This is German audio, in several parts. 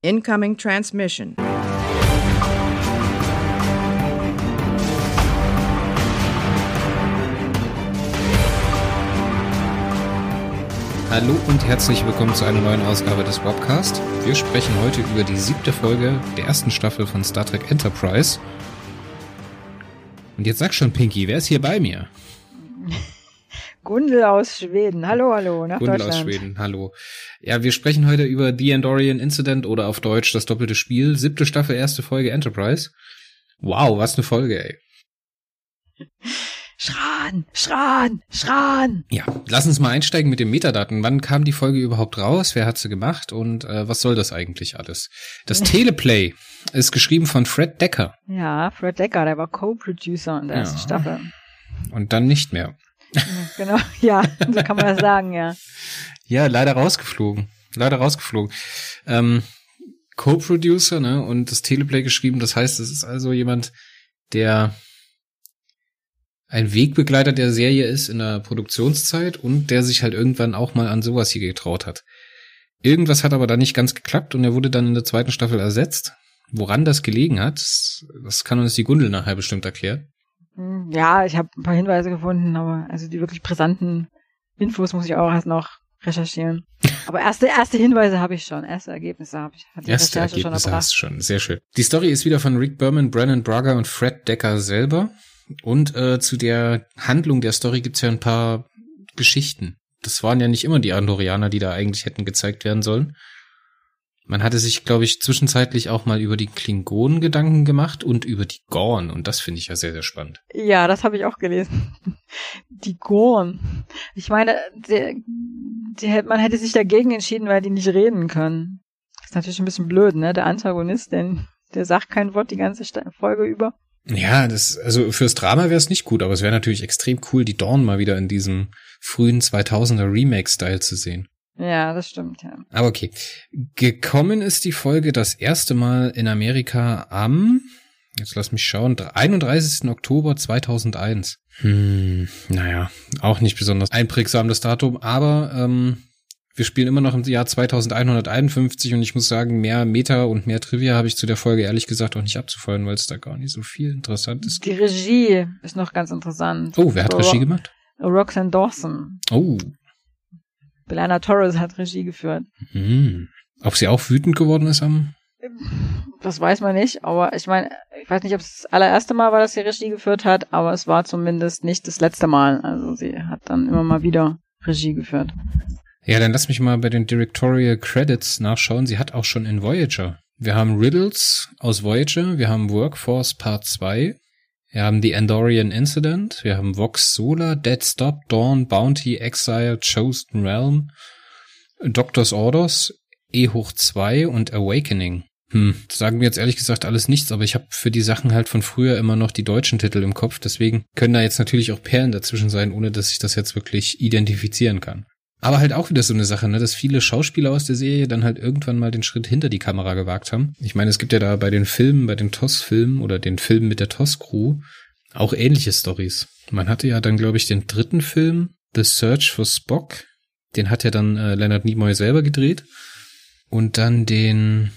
Incoming transmission. Hallo und herzlich willkommen zu einer neuen Ausgabe des Webcast. Wir sprechen heute über die 7. Folge der ersten Staffel von Star Trek Enterprise. Und jetzt sag schon, Pinky, wer ist hier bei mir? Gundel aus Schweden. Hallo, nach Gundel Deutschland. aus Schweden, hallo. Ja, wir sprechen heute über The Andorian Incident oder auf Deutsch das doppelte Spiel. 7. Staffel, 1. Folge Enterprise. Wow, was eine Folge, ey. Schran! Ja, lass uns mal einsteigen mit den Metadaten. Wann kam die Folge überhaupt raus? Wer hat sie gemacht? Und was soll das eigentlich alles? Das Teleplay ist geschrieben von Fred Dekker. Ja, Fred Dekker, der war Co-Producer in der ersten Staffel. Und dann nicht mehr. Genau, ja, so kann man das sagen, ja. Ja, leider rausgeflogen. Co-Producer, ne, und das Teleplay geschrieben, das heißt, es ist also jemand, der ein Wegbegleiter der Serie ist in der Produktionszeit und der sich halt irgendwann auch mal an sowas hier getraut hat. Irgendwas hat aber da nicht ganz geklappt und er wurde dann in der 2. Staffel ersetzt. Woran das gelegen hat, das kann uns die Gundel nachher bestimmt erklären. Ja, ich habe ein paar Hinweise gefunden, aber also die wirklich brisanten Infos muss ich auch erst noch recherchieren. Aber erste Hinweise habe ich schon, erste Ergebnisse habe ich. Erste Ergebnisse hast du schon, sehr schön. Die Story ist wieder von Rick Berman, Brannon Braga und Fred Dekker selber. Und zu der Handlung der Story gibt's ja ein paar Geschichten. Das waren ja nicht immer die Andorianer, die da eigentlich hätten gezeigt werden sollen. Man hatte sich, glaube ich, zwischenzeitlich auch mal über die Klingonen Gedanken gemacht und über die Gorn. Und das finde ich ja sehr, sehr spannend. Ja, das habe ich auch gelesen. Die Gorn. Ich meine, man hätte sich dagegen entschieden, weil die nicht reden können. Das ist natürlich ein bisschen blöd, ne? Der Antagonist, der sagt kein Wort die ganze Folge über. Ja, also fürs Drama wäre es nicht gut, aber es wäre natürlich extrem cool, die Dorn mal wieder in diesem frühen 2000er Remake-Style zu sehen. Ja, das stimmt, ja. Aber okay. Gekommen ist die Folge das erste Mal in Amerika am, jetzt lass mich schauen, 31. Oktober 2001. Naja, auch nicht besonders einprägsam das Datum, aber wir spielen immer noch im Jahr 2151 und ich muss sagen, mehr Meta und mehr Trivia habe ich zu der Folge ehrlich gesagt auch nicht abzufeuern, weil es da gar nicht so viel Interessantes gibt. Die Regie ist noch ganz interessant. Oh, wer hat Regie gemacht? Roxanne Dawson. Oh. B'Elanna Torres hat Regie geführt. Ob sie auch wütend geworden ist Das weiß man nicht, aber ich meine, ich weiß nicht, ob es das allererste Mal war, dass sie Regie geführt hat, aber es war zumindest nicht das letzte Mal. Also sie hat dann immer mal wieder Regie geführt. Ja, dann lass mich mal bei den Directorial Credits nachschauen. Sie hat auch schon in Voyager. Wir haben Riddles aus Voyager, wir haben Workforce Part 2, wir haben The Andorian Incident, wir haben Vox Solar, Dead Stop, Dawn, Bounty, Exile, Chosen Realm, Doctor's Orders, E-2 und Awakening. Das sagen mir jetzt ehrlich gesagt alles nichts, aber ich habe für die Sachen halt von früher immer noch die deutschen Titel im Kopf, deswegen können da jetzt natürlich auch Perlen dazwischen sein, ohne dass ich das jetzt wirklich identifizieren kann. Aber halt auch wieder so eine Sache, ne, dass viele Schauspieler aus der Serie dann halt irgendwann mal den Schritt hinter die Kamera gewagt haben. Ich meine, es gibt ja da bei den Filmen, bei den TOS-Filmen oder den Filmen mit der TOS-Crew auch ähnliche Stories. Man hatte ja dann, glaube ich, den 3. Film, The Search for Spock, den hat ja dann Leonard Nimoy selber gedreht. Und dann den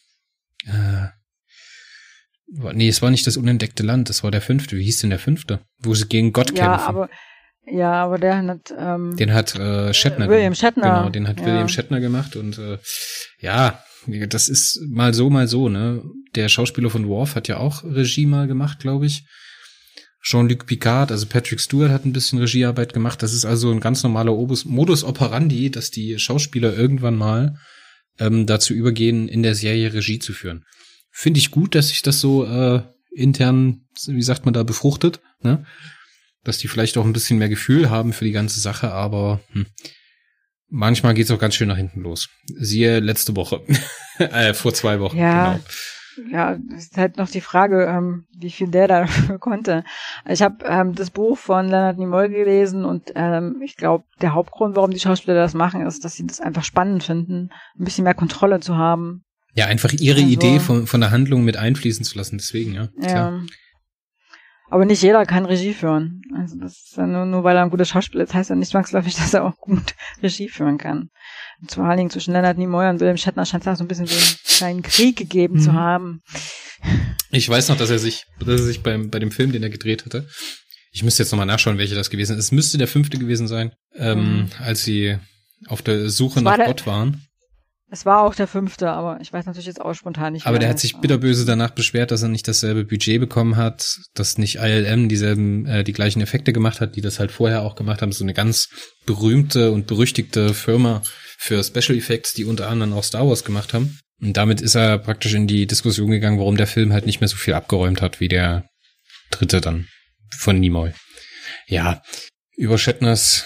es war nicht das unentdeckte Land, das war der 5. Wie hieß denn der 5.? Wo sie gegen Gott kämpfen. Aber der hat den hat Shatner William Shatner. Genau, den hat William Shatner gemacht und das ist mal so, ne? Der Schauspieler von Worf hat ja auch Regie mal gemacht, glaube ich. Jean-Luc Picard, also Patrick Stewart hat ein bisschen Regiearbeit gemacht. Das ist also ein ganz normaler Modus operandi, dass die Schauspieler irgendwann mal dazu übergehen, in der Serie Regie zu führen. Finde ich gut, dass sich das so intern, wie sagt man da, befruchtet, ne? Dass die vielleicht auch ein bisschen mehr Gefühl haben für die ganze Sache, aber manchmal geht's auch ganz schön nach hinten los. Siehe letzte Woche, vor 2 Wochen. Ja, genau. Ja, das ist halt noch die Frage, wie viel der da konnte. Ich habe das Buch von Leonard Nimoy gelesen und ich glaube, der Hauptgrund, warum die Schauspieler das machen, ist, dass sie das einfach spannend finden, ein bisschen mehr Kontrolle zu haben. Ja, einfach ihre Idee von der Handlung mit einfließen zu lassen, deswegen, ja. Ja. Aber nicht jeder kann Regie führen. Also das ist ja nur weil er ein guter Schauspieler ist, heißt ja nicht zwangsläufig, dass er auch gut Regie führen kann. Und vor allen Dingen zwischen Leonard Nimoy und William Shatner scheint es auch so ein bisschen so kleinen Krieg gegeben zu haben. Ich weiß noch, dass er sich bei dem Film, den er gedreht hatte, ich müsste jetzt nochmal nachschauen, welcher das gewesen ist. Es müsste der 5. gewesen sein, als sie auf der Suche nach Gott waren. Es war auch der 5., aber ich weiß natürlich jetzt auch spontan nicht. Aber der hat sich bitterböse danach beschwert, dass er nicht dasselbe Budget bekommen hat, dass nicht ILM die gleichen Effekte gemacht hat, die das halt vorher auch gemacht haben. So eine ganz berühmte und berüchtigte Firma für Special Effects, die unter anderem auch Star Wars gemacht haben. Und damit ist er praktisch in die Diskussion gegangen, warum der Film halt nicht mehr so viel abgeräumt hat wie der 3. dann von Nimoy. Ja, über Shatners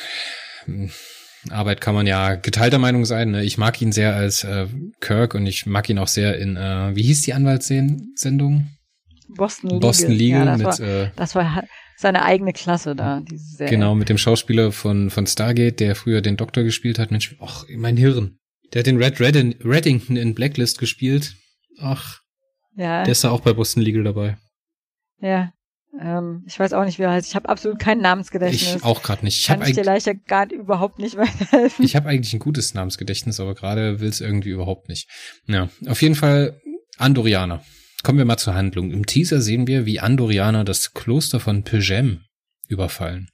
Arbeit kann man ja geteilter Meinung sein. Ne? Ich mag ihn sehr als Kirk und ich mag ihn auch sehr in, wie hieß die Anwaltssendung? Boston Legal. Ja, das war seine eigene Klasse da. Diese Serie. Genau, mit dem Schauspieler von Stargate, der früher den Doktor gespielt hat. Mensch, ach, mein Hirn. Der hat den Red Reddington in Blacklist gespielt. Ach, ja. Der ist da auch bei Boston Legal dabei. Ja. Ich weiß auch nicht, wie er heißt. Ich habe absolut kein Namensgedächtnis. Ich auch gerade nicht. Kann ich dir leider gar überhaupt nicht weiterhelfen. Ich habe eigentlich ein gutes Namensgedächtnis, aber gerade will es irgendwie überhaupt nicht. Ja, auf jeden Fall Andorianer. Kommen wir mal zur Handlung. Im Teaser sehen wir, wie Andorianer das Kloster von P'Jem überfallen.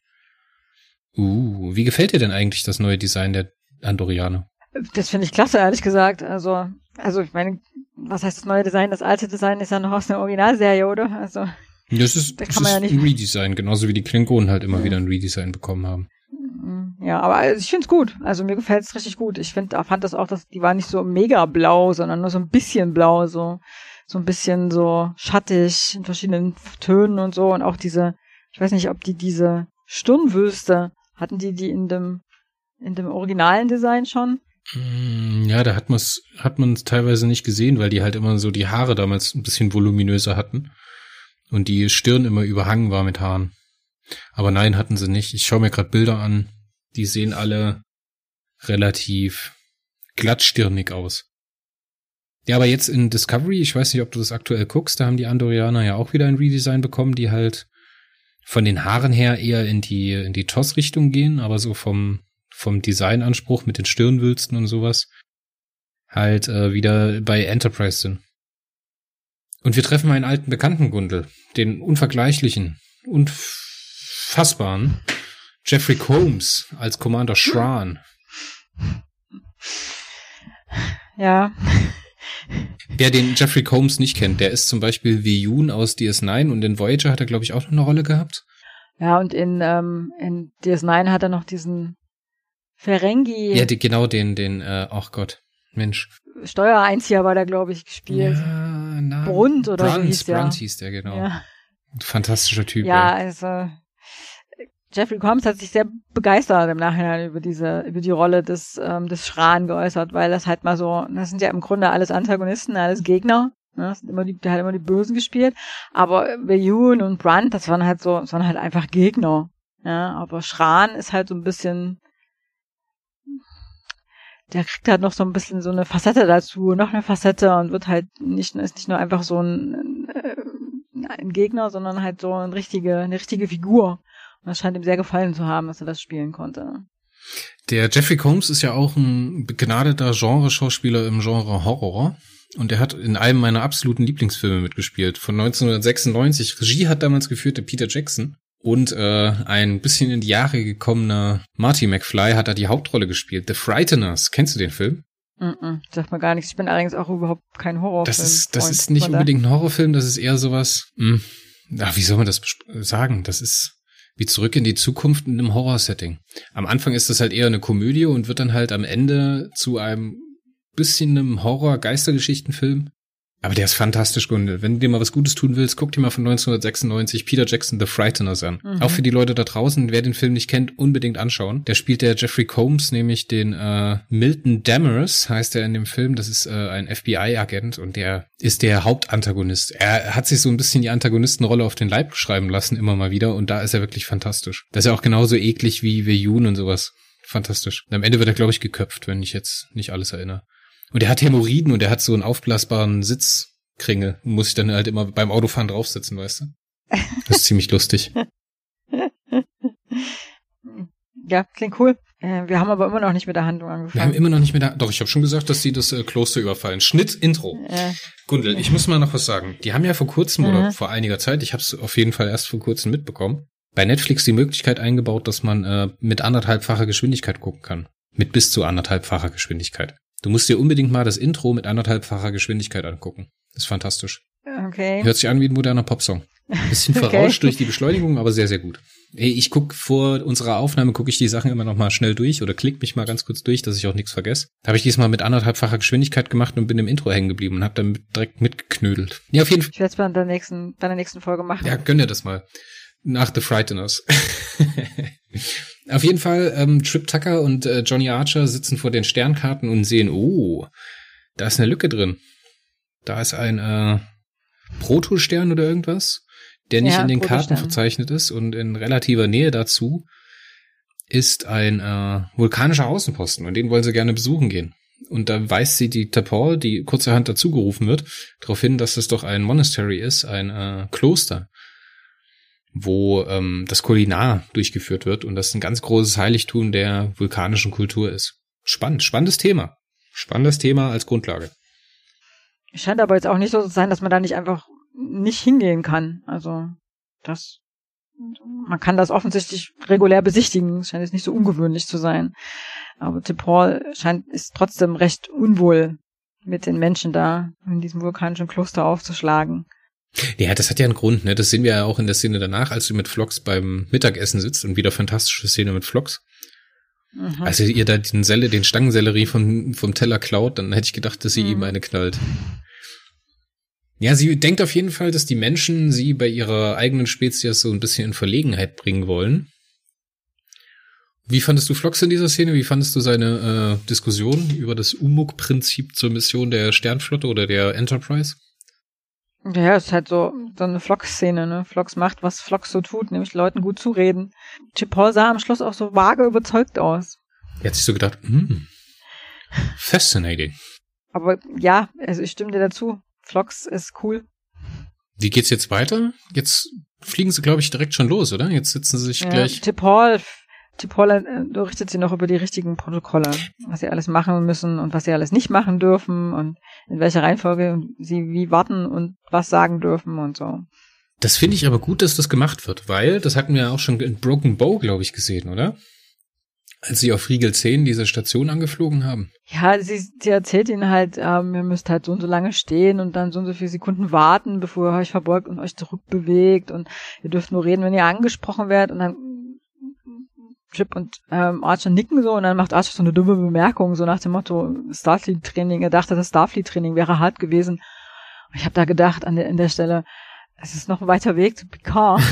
Wie gefällt dir denn eigentlich das neue Design der Andorianer? Das finde ich klasse, ehrlich gesagt. Also ich meine, was heißt das neue Design? Das alte Design ist ja noch aus der Originalserie, oder? Also das ist ein Redesign, genauso wie die Klingonen halt immer wieder ein Redesign bekommen haben. Ja, aber ich finde es gut. Also mir gefällt es richtig gut. Ich fand das auch, dass die war nicht so mega blau, sondern nur so ein bisschen blau, so ein bisschen so schattig in verschiedenen Tönen und so. Und auch diese, ich weiß nicht, ob diese Stirnwülste, hatten die in dem originalen Design schon? Ja, da hat man es teilweise nicht gesehen, weil die halt immer so die Haare damals ein bisschen voluminöser hatten. Und die Stirn immer überhangen war mit Haaren. Aber nein, hatten sie nicht. Ich schaue mir gerade Bilder an. Die sehen alle relativ glattstirnig aus. Ja, aber jetzt in Discovery, ich weiß nicht, ob du das aktuell guckst, da haben die Andorianer ja auch wieder ein Redesign bekommen, die halt von den Haaren her eher in die TOS-Richtung gehen, aber so vom Designanspruch mit den Stirnwülsten und sowas halt wieder bei Enterprise sind. Und wir treffen einen alten Bekannten, Gundel, den unvergleichlichen, unfassbaren Jeffrey Combs als Commander Shran. Ja. Wer den Jeffrey Combs nicht kennt, der ist zum Beispiel Viyun aus DS9 und in Voyager hat er, glaube ich, auch noch eine Rolle gehabt. Ja, und in DS9 hat er noch diesen Ferengi. Ja, genau den, ach Gott, Mensch. Steuereinzieher war der, glaube ich, gespielt. Ja, Brunt oder so hieß der. Brunt hieß der, genau. Ja. Fantastischer Typ. Ja, also Jeffrey Combs hat sich sehr begeistert im Nachhinein über die Rolle des Shran geäußert, weil das halt mal so, das sind ja im Grunde alles Antagonisten, alles Gegner. Ne? Das sind der hat immer die Bösen gespielt. Aber Viyun und Brunt, das waren halt einfach Gegner. Ja, aber Shran ist halt so ein bisschen, der kriegt halt noch so ein bisschen so eine Facette dazu, noch eine Facette und ist nicht nur einfach so ein Gegner, sondern halt so eine richtige Figur. Und das scheint ihm sehr gefallen zu haben, dass er das spielen konnte. Der Jeffrey Combs ist ja auch ein begnadeter Genreschauspieler im Genre Horror. Und er hat in einem meiner absoluten Lieblingsfilme mitgespielt, von 1996. Regie hat damals geführt der Peter Jackson. Und ein bisschen in die Jahre gekommener Marty McFly hat da die Hauptrolle gespielt. The Frighteners. Kennst du den Film? Sagt mir gar nichts. Ich bin allerdings auch überhaupt kein Horrorfilm. Das ist nicht unbedingt ein Horrorfilm, das ist eher sowas, wie soll man das sagen? Das ist wie Zurück in die Zukunft in einem Horror-Setting. Am Anfang ist das halt eher eine Komödie und wird dann halt am Ende zu einem bisschen einem Horror-Geistergeschichtenfilm. Aber der ist fantastisch, Gundel. Wenn du dir mal was Gutes tun willst, guck dir mal von 1996 Peter Jackson The Frighteners an. Mhm. Auch für die Leute da draußen, wer den Film nicht kennt, unbedingt anschauen. Der spielt der Jeffrey Combs, nämlich den Milton Dammers, heißt er in dem Film. Das ist ein FBI-Agent und der ist der Hauptantagonist. Er hat sich so ein bisschen die Antagonistenrolle auf den Leib schreiben lassen, immer mal wieder. Und da ist er wirklich fantastisch. Das ist ja auch genauso eklig wie Viyun und sowas. Fantastisch. Und am Ende wird er, glaube ich, geköpft, wenn ich jetzt nicht alles erinnere. Und er hat Hämorrhoiden und er hat so einen aufblasbaren Sitzkringel. Muss ich dann halt immer beim Autofahren draufsitzen, weißt du? Das ist ziemlich lustig. Ja, klingt cool. Wir haben aber immer noch nicht mit der Handlung angefangen. Wir haben immer noch nicht mit der... Doch, ich habe schon gesagt, dass sie das Kloster überfallen. Schnitt, Intro. Gundel, ich muss mal noch was sagen. Die haben ja vor kurzem oder vor einiger Zeit, ich habe es auf jeden Fall erst vor kurzem mitbekommen, bei Netflix die Möglichkeit eingebaut, dass man mit 1,5-facher Geschwindigkeit gucken kann. Mit bis zu 1,5-facher Geschwindigkeit. Du musst dir unbedingt mal das Intro mit 1,5-facher Geschwindigkeit angucken. Das ist fantastisch. Okay. Hört sich an wie ein moderner Popsong. Ein bisschen verrauscht durch die Beschleunigung, aber sehr, sehr gut. Ich guck vor unserer Aufnahme, gucke ich die Sachen immer noch mal schnell durch oder klick mich mal ganz kurz durch, dass ich auch nichts vergesse. Habe ich diesmal mit 1,5-facher Geschwindigkeit gemacht und bin im Intro hängen geblieben und habe dann direkt mitgeknödelt. Ja, auf jeden Fall. Ich werde es bei der nächsten Folge machen. Ja, gönn dir das mal. Nach The Frighteners. Auf jeden Fall, Trip Tucker und Johnny Archer sitzen vor den Sternkarten und sehen, oh, da ist eine Lücke drin. Da ist ein Protostern oder irgendwas, der nicht in den Karten verzeichnet ist, und in relativer Nähe dazu ist ein vulkanischer Außenposten und den wollen sie gerne besuchen gehen. Und da weist sie die T'Pol, die kurzerhand dazugerufen wird, darauf hin, dass es doch ein Monastery ist, ein Kloster, wo das Kulinar durchgeführt wird und das ein ganz großes Heiligtum der vulkanischen Kultur ist. Spannendes Thema. Spannendes Thema als Grundlage. Scheint aber jetzt auch nicht so zu sein, dass man da nicht einfach nicht hingehen kann. Also man kann das offensichtlich regulär besichtigen. Es scheint jetzt nicht so ungewöhnlich zu sein. Aber T'Pol ist trotzdem recht unwohl mit den Menschen da in diesem vulkanischen Kloster aufzuschlagen. Ja, das hat ja einen Grund, ne? Das sehen wir ja auch in der Szene danach, als sie mit Phlox beim Mittagessen sitzt, und wieder fantastische Szene mit Phlox. Mhm. Als ihr da den Stangensellerie vom Teller klaut, dann hätte ich gedacht, dass sie ihm eine knallt. Ja, sie denkt auf jeden Fall, dass die Menschen sie bei ihrer eigenen Spezies so ein bisschen in Verlegenheit bringen wollen. Wie fandest du Phlox in dieser Szene? Wie fandest du seine Diskussion über das Umuk-Prinzip zur Mission der Sternflotte oder der Enterprise? Ja, es ist halt so eine Phlox-Szene, ne? Phlox macht, was Phlox so tut, nämlich Leuten gut zureden. T'Pol sah am Schluss auch so vage überzeugt aus. Er hat sich so gedacht, fascinating. Aber ja, also ich stimme dir dazu. Phlox ist cool. Wie geht's jetzt weiter? Jetzt fliegen sie, glaube ich, direkt schon los, oder? Jetzt sitzen sie sich gleich... T'Pol richtet sie noch über die richtigen Protokolle, was sie alles machen müssen und was sie alles nicht machen dürfen und in welcher Reihenfolge sie wie warten und was sagen dürfen und so. Das finde ich aber gut, dass das gemacht wird, weil das hatten wir ja auch schon in Broken Bow, glaube ich, gesehen, oder? Als sie auf Riegel 10 diese Station angeflogen haben. Ja, sie erzählt ihnen halt, ihr müsst halt so und so lange stehen und dann so und so viele Sekunden warten, bevor ihr euch verbeugt und euch zurückbewegt, und ihr dürft nur reden, wenn ihr angesprochen werdet, und dann Trip und Archer nicken so, und dann macht Archer so eine dumme Bemerkung, so nach dem Motto Starfleet-Training. Er dachte, das Starfleet-Training wäre hart gewesen. Und ich habe da gedacht, an der Stelle, es ist noch ein weiter Weg zu Picard.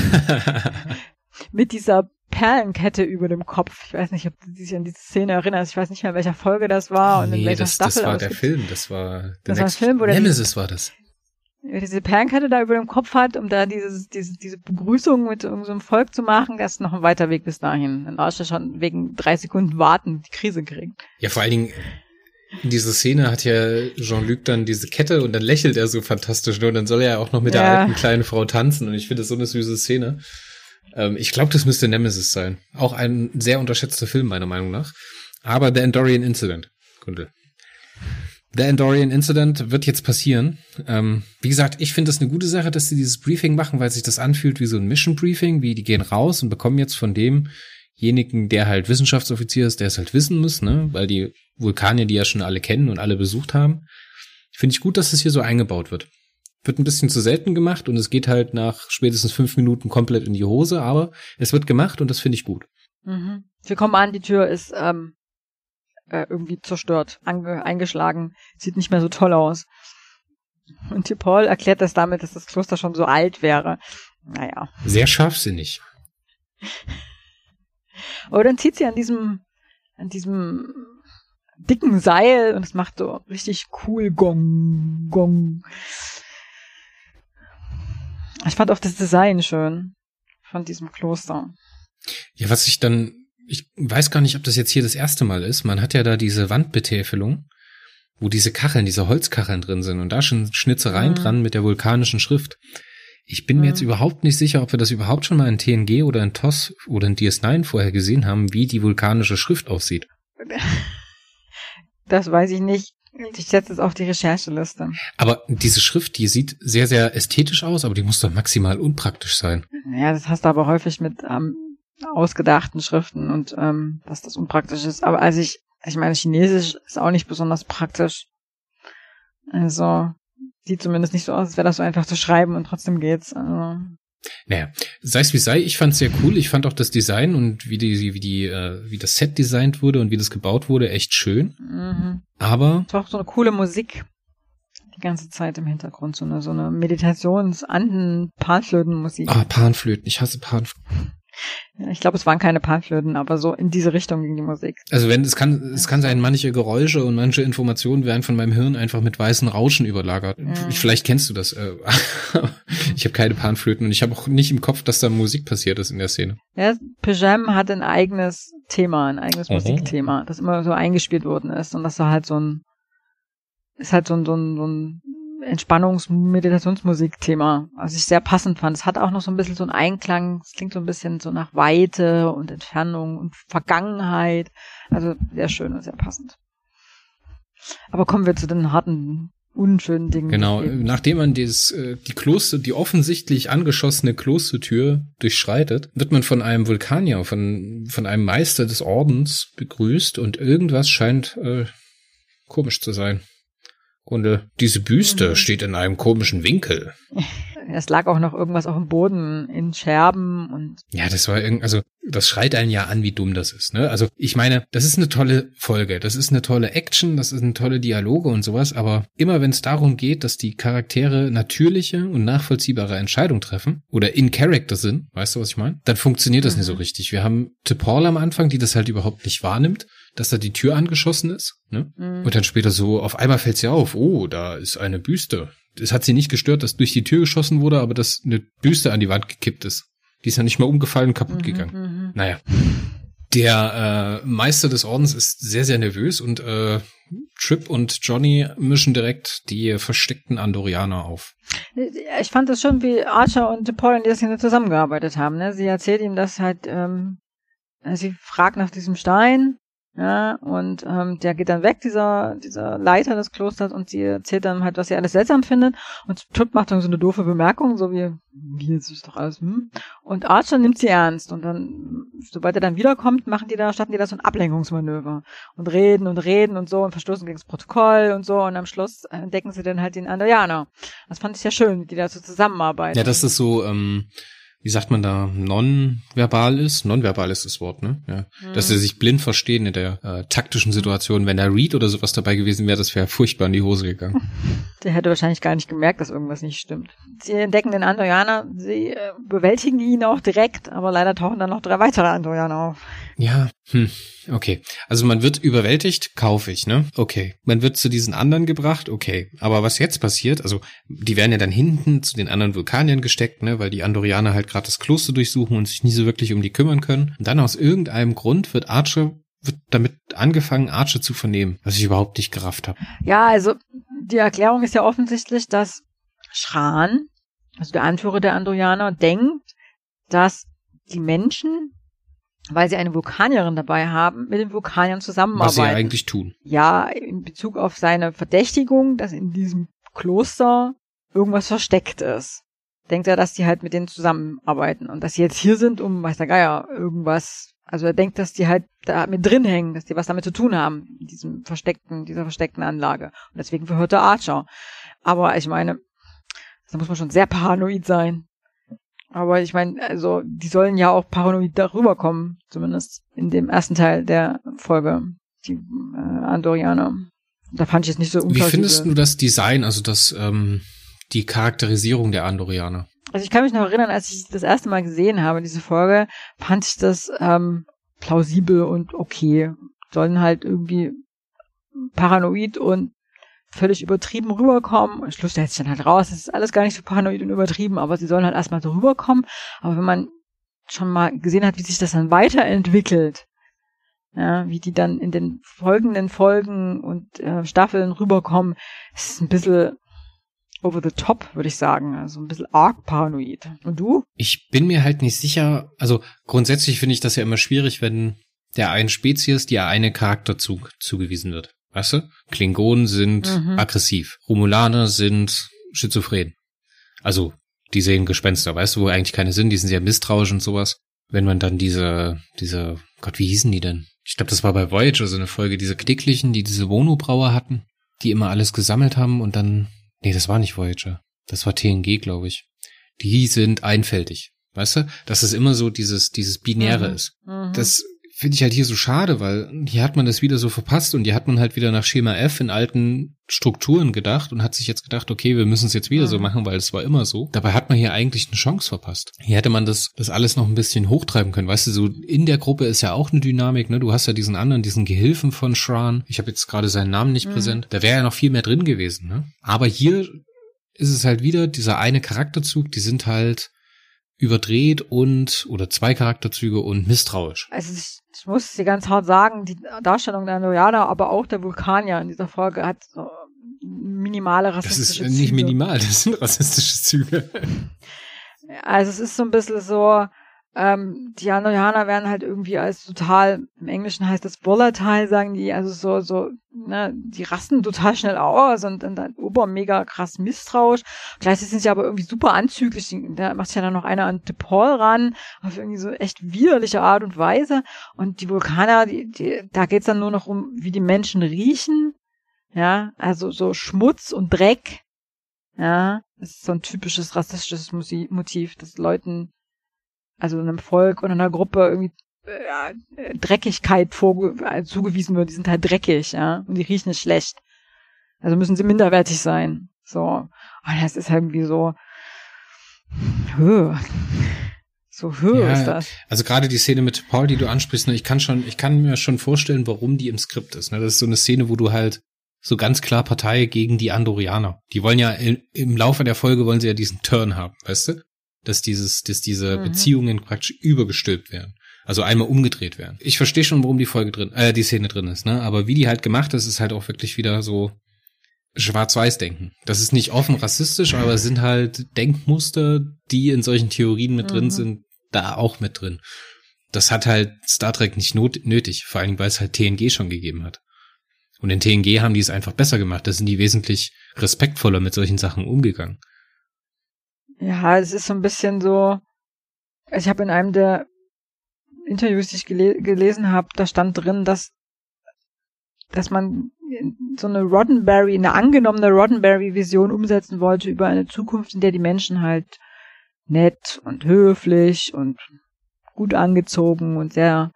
Mit dieser Perlenkette über dem Kopf. Ich weiß nicht, ob du dich an diese Szene erinnerst. Ich weiß nicht mehr, in welcher Folge das war und in welcher Staffel. Das war der Film. Das war der Film, wo Nemesis war das. Diese Perlenkette da über dem Kopf hat, um da diese Begrüßung mit irgendeinem Volk zu machen, das ist noch ein weiter Weg bis dahin. Dann Archer schon wegen 3 Sekunden warten die Krise kriegt. Ja, vor allen Dingen, in dieser Szene hat ja Jean-Luc dann diese Kette und dann lächelt er so fantastisch, und dann soll er ja auch noch mit der alten kleinen Frau tanzen, und ich finde das so eine süße Szene. Ich glaube, das müsste Nemesis sein. Auch ein sehr unterschätzter Film, meiner Meinung nach. Aber The Andorian Incident, Gundel. The Andorian Incident wird jetzt passieren. Wie gesagt, ich finde das eine gute Sache, dass sie dieses Briefing machen, weil sich das anfühlt wie so ein Mission Briefing, wie die gehen raus und bekommen jetzt von demjenigen, der halt Wissenschaftsoffizier ist, der es halt wissen muss, ne, weil die Vulkanier die ja schon alle kennen und alle besucht haben. Finde ich gut, dass das hier so eingebaut wird. Wird ein bisschen zu selten gemacht und es geht halt nach spätestens 5 Minuten komplett in die Hose, aber es wird gemacht und das finde ich gut. Mhm. Wir kommen an, die Tür ist irgendwie zerstört, eingeschlagen, sieht nicht mehr so toll aus. Und T'Pol erklärt das damit, dass das Kloster schon so alt wäre. Naja. Sehr scharfsinnig. Aber dann zieht sie an diesem dicken Seil und es macht so richtig cool Gong, Gong. Ich fand auch das Design schön von diesem Kloster. Ja, ich weiß gar nicht, ob das jetzt hier das erste Mal ist. Man hat ja da diese Wandbetäfelung, wo diese Holzkacheln drin sind und da schon Schnitzereien dran mit der vulkanischen Schrift. Ich bin mir jetzt überhaupt nicht sicher, ob wir das überhaupt schon mal in TNG oder in TOS oder in DS9 vorher gesehen haben, wie die vulkanische Schrift aussieht. Das weiß ich nicht. Ich setze es auf die Rechercheliste. Aber diese Schrift, die sieht sehr, sehr ästhetisch aus, aber die muss doch maximal unpraktisch sein. Ja, das hast du aber häufig mit ausgedachten Schriften und dass das unpraktisch ist. Aber ich meine, Chinesisch ist auch nicht besonders praktisch. Also sieht zumindest nicht so aus, als wäre das so einfach zu schreiben und trotzdem geht's. Also. Naja, sei es wie sei, ich fand's sehr cool. Ich fand auch das Design und wie das Set designt wurde und wie das gebaut wurde echt schön. Mhm. Aber es war auch so eine coole Musik die ganze Zeit im Hintergrund, so eine Meditations-Panflöten-Musik. Ah, Panflöten, ich hasse Panflöten. Ja, ich glaube, es waren keine Panflöten, aber so in diese Richtung ging die Musik. Also es kann sein, manche Geräusche und manche Informationen werden von meinem Hirn einfach mit weißen Rauschen überlagert. Vielleicht kennst du das. Ich habe keine Panflöten und ich habe auch nicht im Kopf, dass da Musik passiert ist in der Szene. Ja, Pyjam hat ein eigenes Thema, ein eigenes Musikthema, das immer so eingespielt worden ist und das war halt so ein Entspannungs-Meditationsmusik-Thema, was ich sehr passend fand. Es hat auch noch so ein bisschen so einen Einklang, es klingt so ein bisschen so nach Weite und Entfernung und Vergangenheit. Also sehr schön und sehr passend. Aber kommen wir zu den harten, unschönen Dingen. Genau, nachdem man die offensichtlich angeschossene Klostertür durchschreitet, wird man von einem Vulkanier, von einem Meister des Ordens begrüßt und irgendwas scheint komisch zu sein. Und diese Büste steht in einem komischen Winkel. Es lag auch noch irgendwas auf dem Boden in Scherben und. Ja, das schreit einen ja an, wie dumm das ist, ne? Also, ich meine, das ist eine tolle Folge, das ist eine tolle Action, das ist eine tolle Dialoge und sowas, aber immer wenn es darum geht, dass die Charaktere natürliche und nachvollziehbare Entscheidungen treffen oder in Character sind, weißt du, was ich meine? Dann funktioniert das nicht so richtig. Wir haben T'Pol am Anfang, die das halt überhaupt nicht wahrnimmt, dass da die Tür angeschossen ist, ne? Und dann später so, auf einmal fällt sie auf, oh, da ist eine Büste. Es hat sie nicht gestört, dass durch die Tür geschossen wurde, aber dass eine Büste an die Wand gekippt ist. Die ist ja nicht mal umgefallen und kaputt gegangen. Naja. Der Meister des Ordens ist sehr, sehr nervös und Trip und Johnny mischen direkt die versteckten Andorianer auf. Ich fand das schon, wie Archer und T'Pol in der Szene zusammengearbeitet haben. Ne? Sie erzählt ihm, dass halt, sie fragt nach diesem Stein. Ja, und der geht dann weg, dieser Leiter des Klosters, und sie erzählt dann halt, was sie alles seltsam findet, und Trip macht dann so eine doofe Bemerkung, so wie, jetzt ist doch alles, und Archer nimmt sie ernst, und dann, sobald er dann wiederkommt, starten die da so ein Ablenkungsmanöver und reden und so und verstoßen gegen das Protokoll und so, und am Schluss entdecken sie dann halt den Andorianer. Das fand ich sehr schön, wie die da so zusammenarbeiten. Ja, das ist so, wie sagt man da, nonverbal ist? Nonverbal ist das Wort, ne? Ja. Dass sie sich blind verstehen in der taktischen Situation. Wenn da Reed oder sowas dabei gewesen wäre, das wäre furchtbar in die Hose gegangen. Der hätte wahrscheinlich gar nicht gemerkt, dass irgendwas nicht stimmt. Sie entdecken den Andorianer, sie bewältigen ihn auch direkt, aber leider tauchen dann noch 3 weitere Andorianer auf. Ja, okay. Also man wird überwältigt, kaufe ich, ne? Okay. Man wird zu diesen anderen gebracht, okay. Aber was jetzt passiert, also die werden ja dann hinten zu den anderen Vulkaniern gesteckt, ne? Weil die Andorianer halt gerade das Kloster durchsuchen und sich nie so wirklich um die kümmern können. Und dann aus irgendeinem Grund wird damit angefangen, Archer zu vernehmen, was ich überhaupt nicht gerafft habe. Ja, also die Erklärung ist ja offensichtlich, dass Shran, also der Anführer der Andorianer, denkt, dass die Menschen, weil sie eine Vulkanierin dabei haben, mit den Vulkaniern zusammenarbeiten. Was sie ja eigentlich tun. Ja, in Bezug auf seine Verdächtigung, dass in diesem Kloster irgendwas versteckt ist. Denkt er, dass die halt mit denen zusammenarbeiten und dass sie jetzt hier sind, um, weiß der Geier, irgendwas. Also er denkt, dass die halt da mit drin hängen, dass die was damit zu tun haben, in dieser versteckten Anlage. Und deswegen verhört er Archer. Aber ich meine, da muss man schon sehr paranoid sein. Aber ich meine, also die sollen ja auch paranoid darüber kommen, zumindest in dem ersten Teil der Folge, die Andorianer. Da fand ich es nicht so unplausibel. Wie findest du das Design, also die Charakterisierung der Andorianer? Also ich kann mich noch erinnern, als ich das erste Mal gesehen habe, diese Folge, fand ich das plausibel und okay. Sollen halt irgendwie paranoid und völlig übertrieben rüberkommen. Und Schluss stellt sich dann halt raus, das ist alles gar nicht so paranoid und übertrieben, aber sie sollen halt erstmal so rüberkommen. Aber wenn man schon mal gesehen hat, wie sich das dann weiterentwickelt, ja, wie die dann in den folgenden Folgen und Staffeln rüberkommen, ist ein bisschen over the top, würde ich sagen. Also ein bisschen arg paranoid. Und du? Ich bin mir halt nicht sicher, also grundsätzlich finde ich das ja immer schwierig, wenn der einen Spezies die eine Charakterzug zugewiesen wird. Weißt du? Klingonen sind aggressiv. Romulaner sind schizophren. Also, die sehen Gespenster, weißt du, wo eigentlich keine sind, die sind sehr misstrauisch und sowas. Wenn man dann diese, Gott, wie hießen die denn? Ich glaube, das war bei Voyager so eine Folge, diese Knicklichen, die diese Wohnungsbrauer hatten, die immer alles gesammelt haben und dann, nee, das war nicht Voyager. Das war TNG, glaube ich. Die sind einfältig. Weißt du? Dass es immer so dieses Binäre ist. Das finde ich halt hier so schade, weil hier hat man das wieder so verpasst und hier hat man halt wieder nach Schema F in alten Strukturen gedacht und hat sich jetzt gedacht, okay, wir müssen es jetzt wieder so machen, weil es war immer so. Dabei hat man hier eigentlich eine Chance verpasst. Hier hätte man das alles noch ein bisschen hochtreiben können. Weißt du, so in der Gruppe ist ja auch eine Dynamik, ne? Du hast ja diesen Gehilfen von Shran. Ich habe jetzt gerade seinen Namen nicht präsent. Da wäre ja noch viel mehr drin gewesen, ne? Aber hier ist es halt wieder dieser eine Charakterzug, die sind halt überdreht oder zwei Charakterzüge und misstrauisch. Also ich muss dir ganz hart sagen, die Darstellung der Andorianer, aber auch der Vulkanier in dieser Folge hat so minimale rassistische Züge. Das ist nicht minimal, das sind rassistische Züge. Also es ist so ein bisschen so, die Andorianer werden halt irgendwie als total, im Englischen heißt das volatile, sagen die, also so, ne, die rasten total schnell aus und dann mega krass misstrauisch. Gleichzeitig sind sie aber irgendwie super anzüglich. Da macht sich ja dann noch einer an DePaul ran, auf irgendwie so echt widerliche Art und Weise. Und die Vulkaner, da geht's dann nur noch um, wie die Menschen riechen. Ja, also so Schmutz und Dreck. Ja, das ist so ein typisches rassistisches Motiv, dass Leuten, also in einem Volk oder einer Gruppe irgendwie Dreckigkeit zugewiesen wird. Die sind halt dreckig, ja, und die riechen schlecht. Also müssen sie minderwertig sein. So, und das ist irgendwie so, ist das. Also gerade die Szene mit Paul, die du ansprichst, ne, ich kann mir schon vorstellen, warum die im Skript ist. Ne? Das ist so eine Szene, wo du halt so ganz klar Partei gegen die Andorianer. Die wollen ja im Laufe der Folge wollen sie ja diesen Turn haben, weißt du? Dass diese Beziehungen praktisch übergestülpt werden. Also einmal umgedreht werden. Ich verstehe schon, warum die Szene drin ist, ne? Aber wie die halt gemacht ist, ist halt auch wirklich wieder so Schwarz-Weiß-Denken. Das ist nicht offen rassistisch, aber es sind halt Denkmuster, die in solchen Theorien mit drin sind, da auch mit drin. Das hat halt Star Trek nicht nötig, vor allem weil es halt TNG schon gegeben hat. Und in TNG haben die es einfach besser gemacht. Da sind die wesentlich respektvoller mit solchen Sachen umgegangen. Ja, es ist so ein bisschen so, ich habe in einem der Interviews, die ich gelesen habe, da stand drin, dass man so eine angenommene Roddenberry-Vision umsetzen wollte über eine Zukunft, in der die Menschen halt nett und höflich und gut angezogen und sehr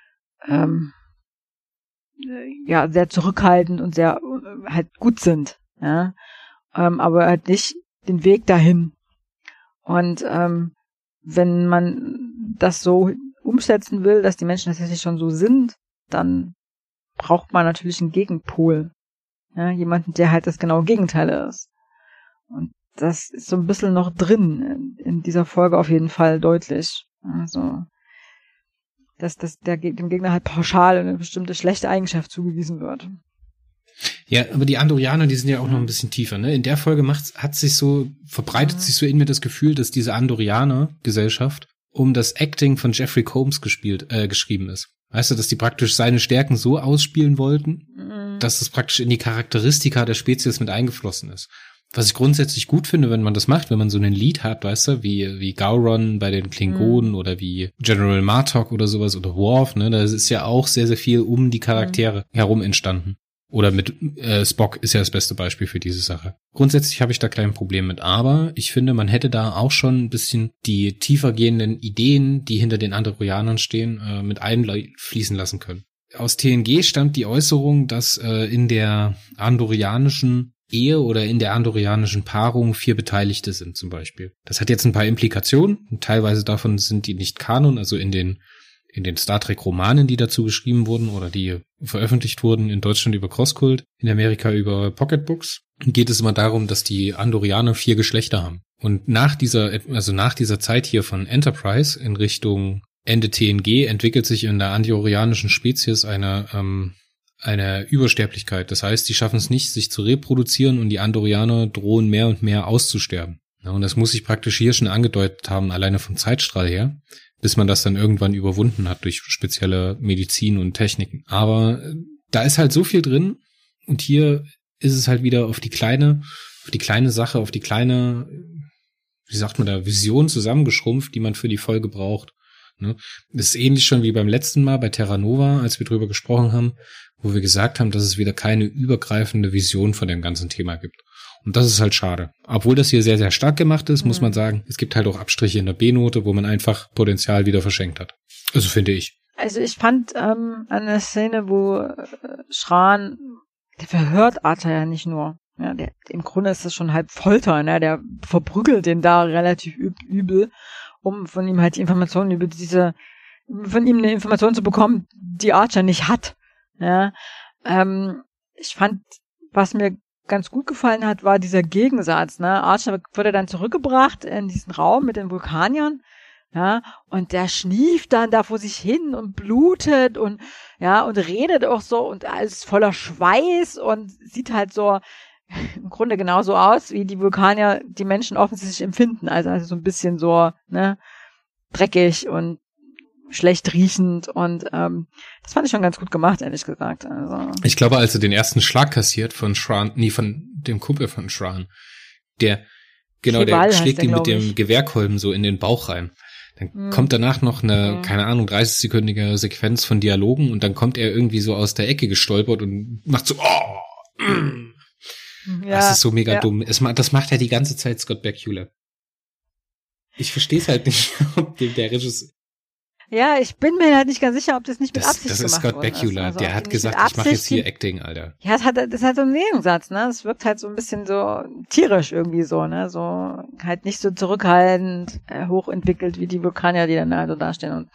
sehr zurückhaltend und sehr halt gut sind, ja, aber halt nicht den Weg dahin. Und wenn man das so umsetzen will, dass die Menschen tatsächlich schon so sind, dann braucht man natürlich einen Gegenpol. Ja, jemanden, der halt das genaue Gegenteil ist. Und das ist so ein bisschen noch drin in dieser Folge auf jeden Fall deutlich. Also, dass dem Gegner halt pauschal eine bestimmte schlechte Eigenschaft zugewiesen wird. Ja, aber die Andorianer, die sind ja auch noch ein bisschen tiefer, ne? In der Folge verbreitet sich so in mir das Gefühl, dass diese Andorianer-Gesellschaft um das Acting von Jeffrey Combs geschrieben ist. Weißt du, dass die praktisch seine Stärken so ausspielen wollten, dass es praktisch in die Charakteristika der Spezies mit eingeflossen ist. Was ich grundsätzlich gut finde, wenn man das macht, wenn man so einen Lead hat, weißt du, wie Gowron bei den Klingonen oder wie General Martok oder sowas oder Worf, ne? Da ist ja auch sehr, sehr viel um die Charaktere herum entstanden. Oder mit Spock ist ja das beste Beispiel für diese Sache. Grundsätzlich habe ich da kein Problem mit, aber ich finde, man hätte da auch schon ein bisschen die tiefer gehenden Ideen, die hinter den Andorianern stehen, mit einfließen lassen können. Aus TNG stammt die Äußerung, dass in der andorianischen Ehe oder in der andorianischen Paarung 4 Beteiligte sind zum Beispiel. Das hat jetzt ein paar Implikationen. Teilweise davon sind die nicht Kanon, also in den Star Trek Romanen, die dazu geschrieben wurden oder die veröffentlicht wurden, in Deutschland über Crosscult, in Amerika über Pocketbooks, geht es immer darum, dass die Andorianer 4 Geschlechter haben. Und nach dieser Zeit hier von Enterprise in Richtung Ende TNG entwickelt sich in der andorianischen Spezies eine eine Übersterblichkeit. Das heißt, die schaffen es nicht, sich zu reproduzieren und die Andorianer drohen mehr und mehr auszusterben. Ja, und das muss sich praktisch hier schon angedeutet haben, alleine vom Zeitstrahl her, bis man das dann irgendwann überwunden hat durch spezielle Medizin und Techniken. Aber da ist halt so viel drin und hier ist es halt wieder auf die kleine Sache, auf die kleine, wie sagt man da, Vision zusammengeschrumpft, die man für die Folge braucht. Ne? Das ist ähnlich schon wie beim letzten Mal bei Terra Nova, als wir drüber gesprochen haben, wo wir gesagt haben, dass es wieder keine übergreifende Vision von dem ganzen Thema gibt. Und das ist halt schade. Obwohl das hier sehr, sehr stark gemacht ist, muss man sagen, es gibt halt auch Abstriche in der B-Note, wo man einfach Potenzial wieder verschenkt hat. Also finde ich. Also ich fand an der Szene, wo Shran, der verhört Archer ja nicht nur. Ja, im Grunde ist das schon halb Folter, ne? Der verprügelt den da relativ übel, um von ihm halt die Informationen von ihm eine Information zu bekommen, die Archer nicht hat. Ja, ich fand, was mir ganz gut gefallen hat, war dieser Gegensatz, ne? Archer wurde dann zurückgebracht in diesen Raum mit den Vulkaniern, ja, und der schnieft dann da vor sich hin und blutet und, ja, und redet auch so und alles voller Schweiß und sieht halt so im Grunde genauso aus, wie die Vulkanier die Menschen offensichtlich empfinden, also so ein bisschen so, ne, dreckig und schlecht riechend und das fand ich schon ganz gut gemacht, ehrlich gesagt. Also. Ich glaube, als er den ersten Schlag kassiert von Shran, von dem Kumpel von Shran, der schlägt ihn mit dem Gewehrkolben so in den Bauch rein. Dann kommt danach noch eine, keine Ahnung, 30-sekündige Sequenz von Dialogen und dann kommt er irgendwie so aus der Ecke gestolpert und macht so, das ist so mega dumm. Das macht ja die ganze Zeit Scott Bakula. Ich verstehe es halt nicht, ob der Regisseur. Ja, ich bin mir halt nicht ganz sicher, ob das nicht mit Absicht gemacht wurde. Das ist Scott Bakula, der hat gesagt, ich mache jetzt hier Acting, Alter. Ja, das hat so einen Nebensatz, ne? Das wirkt halt so ein bisschen so tierisch irgendwie so, ne? So halt nicht so zurückhaltend, hochentwickelt wie die Vulkanier, die dann also da stehen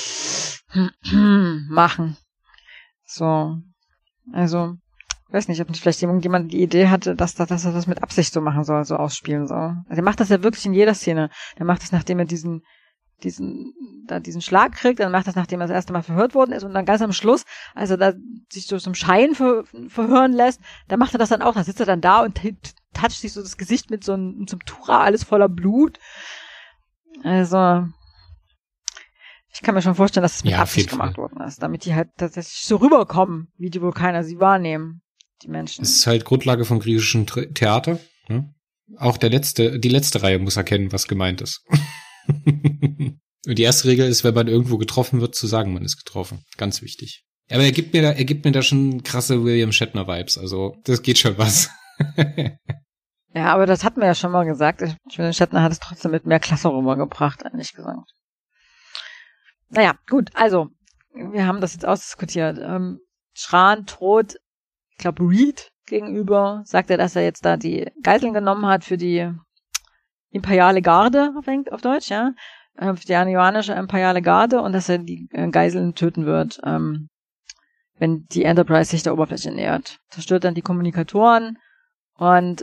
und machen. So. Also, weiß nicht, ob nicht vielleicht jemand die Idee hatte, dass er das mit Absicht so machen soll, so ausspielen soll. Also er macht das ja wirklich in jeder Szene. Er macht das, nachdem er diesen Schlag kriegt, dann macht das, nachdem er das erste Mal verhört worden ist und dann ganz am Schluss, als er da sich so zum Schein verhören lässt, dann macht er das dann auch, dann sitzt er dann da und toucht sich so das Gesicht mit so einem Tura, alles voller Blut. Also, ich kann mir schon vorstellen, dass es mit Absicht gemacht worden ist, damit die halt tatsächlich so rüberkommen, wie die Vulkaner sie wahrnehmen, die Menschen. Das ist halt Grundlage vom griechischen Theater, ne? Auch die letzte Reihe muss erkennen, was gemeint ist. Und die erste Regel ist, wenn man irgendwo getroffen wird, zu sagen, man ist getroffen. Ganz wichtig. Aber er gibt mir da schon krasse William Shatner-Vibes. Also, das geht schon was. Ja, aber das hatten wir ja schon mal gesagt. William Shatner hat es trotzdem mit mehr Klasse rübergebracht, ehrlich gesagt. Naja, gut. Also, wir haben das jetzt ausdiskutiert. Shran droht, ich glaube, Reed gegenüber. Sagt er, dass er jetzt da die Geiseln genommen hat für die imperiale Garde, auf Deutsch, ja, für die andorianische imperiale Garde und dass er die Geiseln töten wird, wenn die Enterprise sich der Oberfläche nähert. Zerstört dann die Kommunikatoren und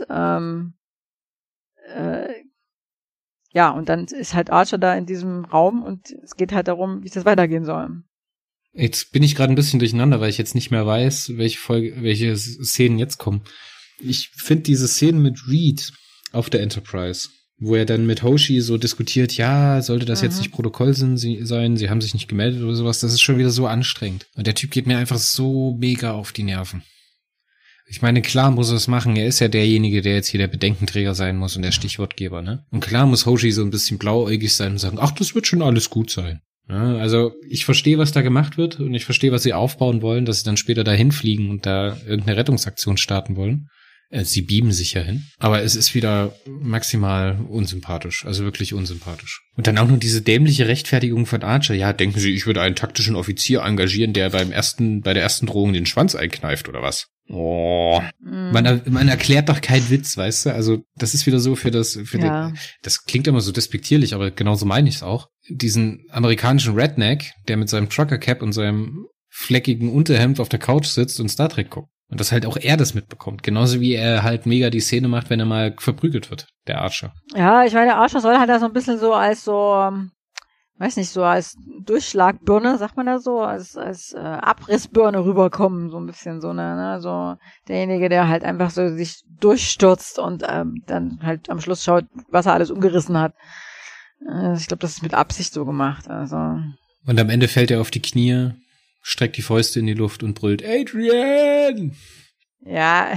und dann ist halt Archer da in diesem Raum und es geht halt darum, wie es weitergehen soll. Jetzt bin ich gerade ein bisschen durcheinander, weil ich jetzt nicht mehr weiß, welche Szenen jetzt kommen. Ich finde diese Szenen mit Reed auf der Enterprise, wo er dann mit Hoshi so diskutiert, ja, sollte das jetzt nicht Protokoll sein, sie haben sich nicht gemeldet oder sowas, das ist schon wieder so anstrengend. Und der Typ geht mir einfach so mega auf die Nerven. Ich meine, klar muss er es machen, er ist ja derjenige, der jetzt hier der Bedenkenträger sein muss und der Stichwortgeber, ne? Und klar muss Hoshi so ein bisschen blauäugig sein und sagen, ach, das wird schon alles gut sein. Ja, also ich verstehe, was da gemacht wird und ich verstehe, was sie aufbauen wollen, dass sie dann später dahin fliegen und da irgendeine Rettungsaktion starten wollen. Sie beamen sich ja hin. Aber es ist wieder maximal unsympathisch. Also wirklich unsympathisch. Und dann auch nur diese dämliche Rechtfertigung von Archer. Ja, denken Sie, ich würde einen taktischen Offizier engagieren, der bei der ersten Drohung den Schwanz einkneift oder was? Oh. Man erklärt doch keinen Witz, weißt du? Also das ist wieder so das klingt immer so despektierlich, aber genauso meine ich es auch. Diesen amerikanischen Redneck, der mit seinem Trucker-Cap und seinem fleckigen Unterhemd auf der Couch sitzt und Star Trek guckt. Und dass halt auch er das mitbekommt. Genauso wie er halt mega die Szene macht, wenn er mal verprügelt wird, der Archer. Ja, ich meine, der Archer soll halt da so ein bisschen so als so, weiß nicht, so als Durchschlagbirne, sagt man da so, als Abrissbirne rüberkommen, so ein bisschen so, ne, so derjenige, der halt einfach so sich durchstürzt und dann halt am Schluss schaut, was er alles umgerissen hat. Ich glaube, das ist mit Absicht so gemacht, also. Und am Ende fällt er auf die Knie, streckt die Fäuste in die Luft und brüllt, Adrian! Ja,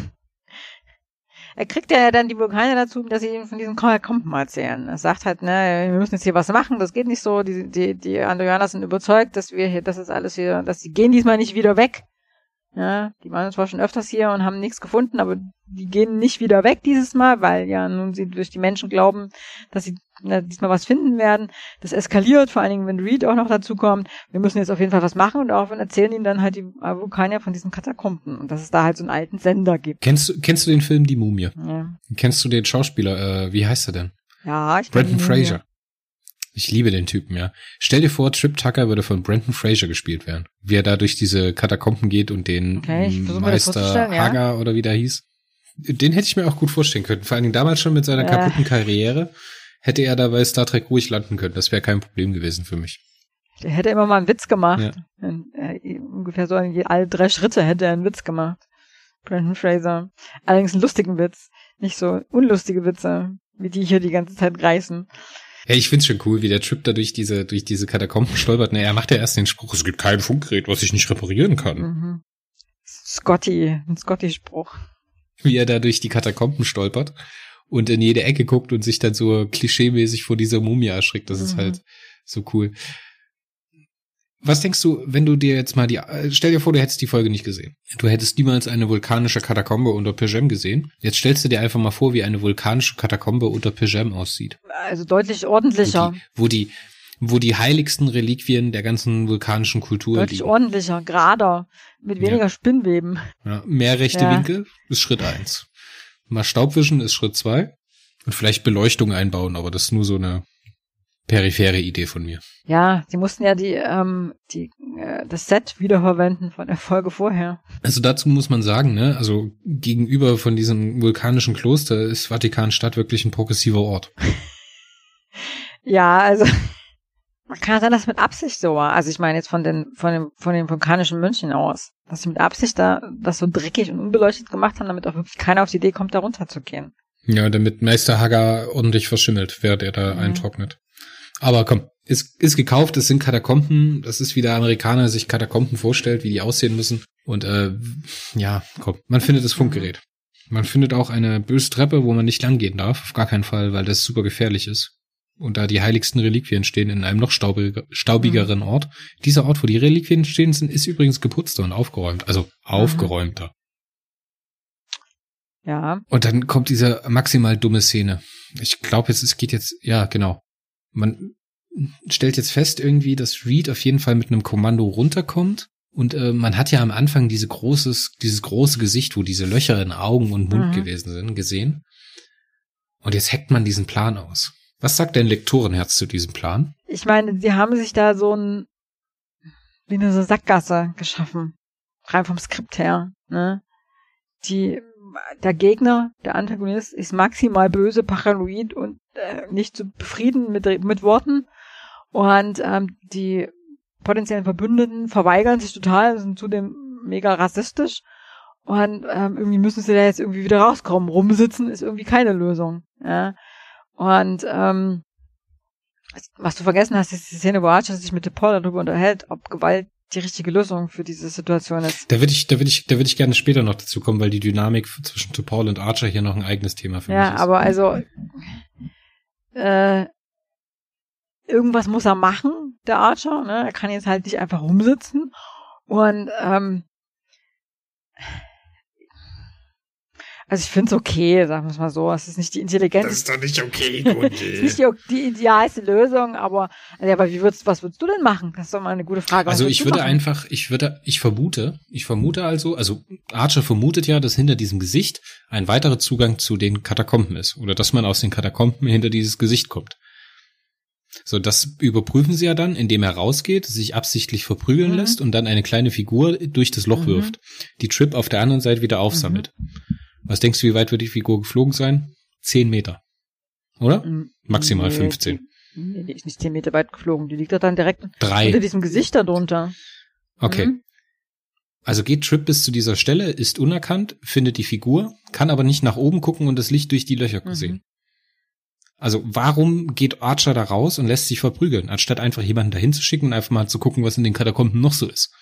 er kriegt ja dann die Vulkanier dazu, dass sie ihm von diesem Katakomben erzählen. Er sagt halt, ne, wir müssen jetzt hier was machen, das geht nicht so. Die Andorianer sind überzeugt, dass wir hier, das ist alles hier, dass sie gehen diesmal nicht wieder weg. Ja, die waren zwar schon öfters hier und haben nichts gefunden, aber die gehen nicht wieder weg dieses Mal, weil ja nun sie durch die Menschen glauben, dass sie diesmal was finden werden. Das eskaliert, vor allen Dingen, wenn Reed auch noch dazu kommt. Wir müssen jetzt auf jeden Fall was machen und daraufhin erzählen ihnen dann halt die Vulkanier von diesen Katakomben und dass es da halt so einen alten Sender gibt. Kennst du den Film Die Mumie? Ja. Kennst du den Schauspieler, wie heißt er denn? Ja, ich Brendan Fraser. Ich liebe den Typen, ja. Stell dir vor, Trip Tucker würde von Brendan Fraser gespielt werden. Wie er da durch diese Katakomben geht und den Meister Hagar oder wie der hieß. Den hätte ich mir auch gut vorstellen können. Vor allen Dingen damals schon mit seiner kaputten Karriere hätte er da bei Star Trek ruhig landen können. Das wäre kein Problem gewesen für mich. Der hätte immer mal einen Witz gemacht. Ja. Ungefähr so alle 3 Schritte hätte er einen Witz gemacht. Brendan Fraser. Allerdings einen lustigen Witz. Nicht so unlustige Witze, wie die hier die ganze Zeit reißen. Ja, ich find's schon cool, wie der Trip da durch diese Katakomben stolpert. Er macht ja erst den Spruch, es gibt kein Funkgerät, was ich nicht reparieren kann. Mhm. Ein Scotty-Spruch. Wie er da durch die Katakomben stolpert und in jede Ecke guckt und sich dann so klischeemäßig vor dieser Mumie erschrickt. Das ist halt so cool. Was denkst du, wenn du dir jetzt mal stell dir vor, du hättest die Folge nicht gesehen. Du hättest niemals eine vulkanische Katakombe unter P'Jem gesehen. Jetzt stellst du dir einfach mal vor, wie eine vulkanische Katakombe unter P'Jem aussieht. Also deutlich ordentlicher. Wo die heiligsten Reliquien der ganzen vulkanischen Kultur deutlich liegen. Ordentlicher, gerader, mit weniger Spinnweben. Ja, mehr rechte Winkel ist Schritt 1. Mal Staubwischen ist Schritt 2. Und vielleicht Beleuchtung einbauen, aber das ist nur so eine periphere Idee von mir. Ja, die mussten ja das Set wiederverwenden von der Folge vorher. Also dazu muss man sagen, ne, also gegenüber von diesem vulkanischen Kloster ist Vatikanstadt wirklich ein progressiver Ort. Ja, also man kann sagen, dass es mit Absicht so war. Also ich meine jetzt von den vulkanischen Mönchen aus, dass sie mit Absicht da das so dreckig und unbeleuchtet gemacht haben, damit auch wirklich keiner auf die Idee kommt, da runterzugehen. Ja, damit Meister Hagar ordentlich verschimmelt, während er da eintrocknet. Aber komm, ist gekauft, es sind Katakomben, das ist wie der Amerikaner sich Katakomben vorstellt, wie die aussehen müssen. Und komm, man findet das Funkgerät. Man findet auch eine böse Treppe, wo man nicht lang gehen darf, auf gar keinen Fall, weil das super gefährlich ist. Und da die heiligsten Reliquien stehen in einem noch staubigeren Ort. Dieser Ort, wo die Reliquien stehen, ist übrigens geputzter und aufgeräumt, also aufgeräumter. Ja. Und dann kommt diese maximal dumme Szene. Ich glaube, es geht jetzt, ja, genau. Man stellt jetzt fest irgendwie, dass Reed auf jeden Fall mit einem Kommando runterkommt. Und man hat ja am Anfang dieses große Gesicht, wo diese Löcher in Augen und Mund gewesen sind, gesehen. Und jetzt hackt man diesen Plan aus. Was sagt dein Lektorenherz zu diesem Plan? Ich meine, sie haben sich da wie eine Sackgasse geschaffen. Rein vom Skript her, ne? Der Gegner, der Antagonist, ist maximal böse, paranoid und nicht zu befrieden mit Worten. Und die potenziellen Verbündeten verweigern sich total, sind zudem mega rassistisch. Und irgendwie müssen sie da jetzt irgendwie wieder rauskommen. Rumsitzen ist irgendwie keine Lösung. Ja? Und was du vergessen hast, ist die Szene, wo Archer sich mit T'Pol darüber unterhält, ob Gewalt die richtige Lösung für diese Situation ist. Da würde ich gerne später noch dazu kommen, weil die Dynamik zwischen T'Pol und Archer hier noch ein eigenes Thema für mich ist. Ja, aber also irgendwas muss er machen, der Archer. Ne? Er kann jetzt halt nicht einfach rumsitzen. Und also ich finde es okay, sagen wir es mal so. Es ist nicht die Intelligenz. Das ist doch nicht okay, Gundi. Es ist nicht die idealste Lösung, aber was würdest du denn machen? Das ist doch mal eine gute Frage. Also ich vermute also Archer vermutet ja, dass hinter diesem Gesicht ein weiterer Zugang zu den Katakomben ist. Oder dass man aus den Katakomben hinter dieses Gesicht kommt. So, das überprüfen sie ja dann, indem er rausgeht, sich absichtlich verprügeln lässt und dann eine kleine Figur durch das Loch wirft, die Trip auf der anderen Seite wieder aufsammelt. Was denkst du, wie weit wird die Figur geflogen sein? 10 Meter. Oder? Maximal 15. Nee, die ist nicht 10 Meter weit geflogen. Die liegt doch dann direkt 3. unter diesem Gesicht da drunter. Okay. Also geht Trip bis zu dieser Stelle, ist unerkannt, findet die Figur, kann aber nicht nach oben gucken und das Licht durch die Löcher sehen. Also warum geht Archer da raus und lässt sich verprügeln, anstatt einfach jemanden dahin zu schicken und einfach mal zu gucken, was in den Katakomben noch so ist?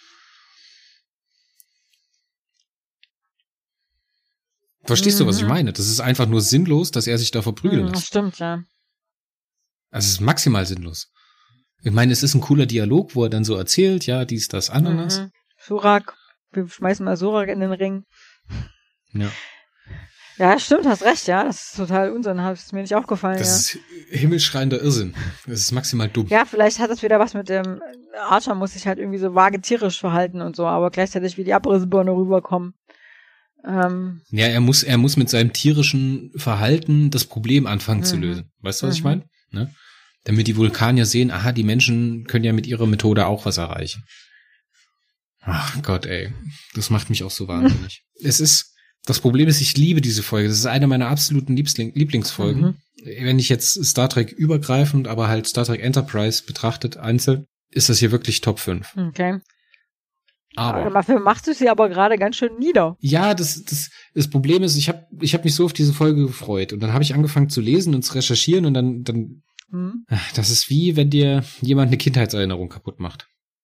Verstehst du, was ich meine? Das ist einfach nur sinnlos, dass er sich da verprügeln lässt. Das stimmt, ja. Also es ist maximal sinnlos. Ich meine, es ist ein cooler Dialog, wo er dann so erzählt, ja, dies, das, Ananas. Surak, wir schmeißen mal Surak in den Ring. Ja. Ja, stimmt, hast recht, ja. Das ist total Unsinn, das ist mir nicht aufgefallen. Das ist himmelschreiender Irrsinn. Das ist maximal dumm. Ja, vielleicht hat das wieder was mit dem Archer, muss sich halt irgendwie so vage tierisch verhalten und so, aber gleichzeitig wie die Abrissbirne rüberkommen. Ja, er muss mit seinem tierischen Verhalten das Problem anfangen zu lösen. Weißt du, was ich meine? Ne? Damit die Vulkanier sehen, aha, die Menschen können ja mit ihrer Methode auch was erreichen. Ach Gott, ey. Das macht mich auch so wahnsinnig. Das Problem ist, ich liebe diese Folge. Das ist eine meiner absoluten Lieblingsfolgen. Wenn ich jetzt Star Trek übergreifend, aber halt Star Trek Enterprise betrachtet, einzeln, ist das hier wirklich Top 5. Okay. Aber dafür machst du sie aber gerade ganz schön nieder. Ja, das Problem ist, ich hab mich so auf diese Folge gefreut und dann habe ich angefangen zu lesen und zu recherchieren und dann das ist wie, wenn dir jemand eine Kindheitserinnerung kaputt macht.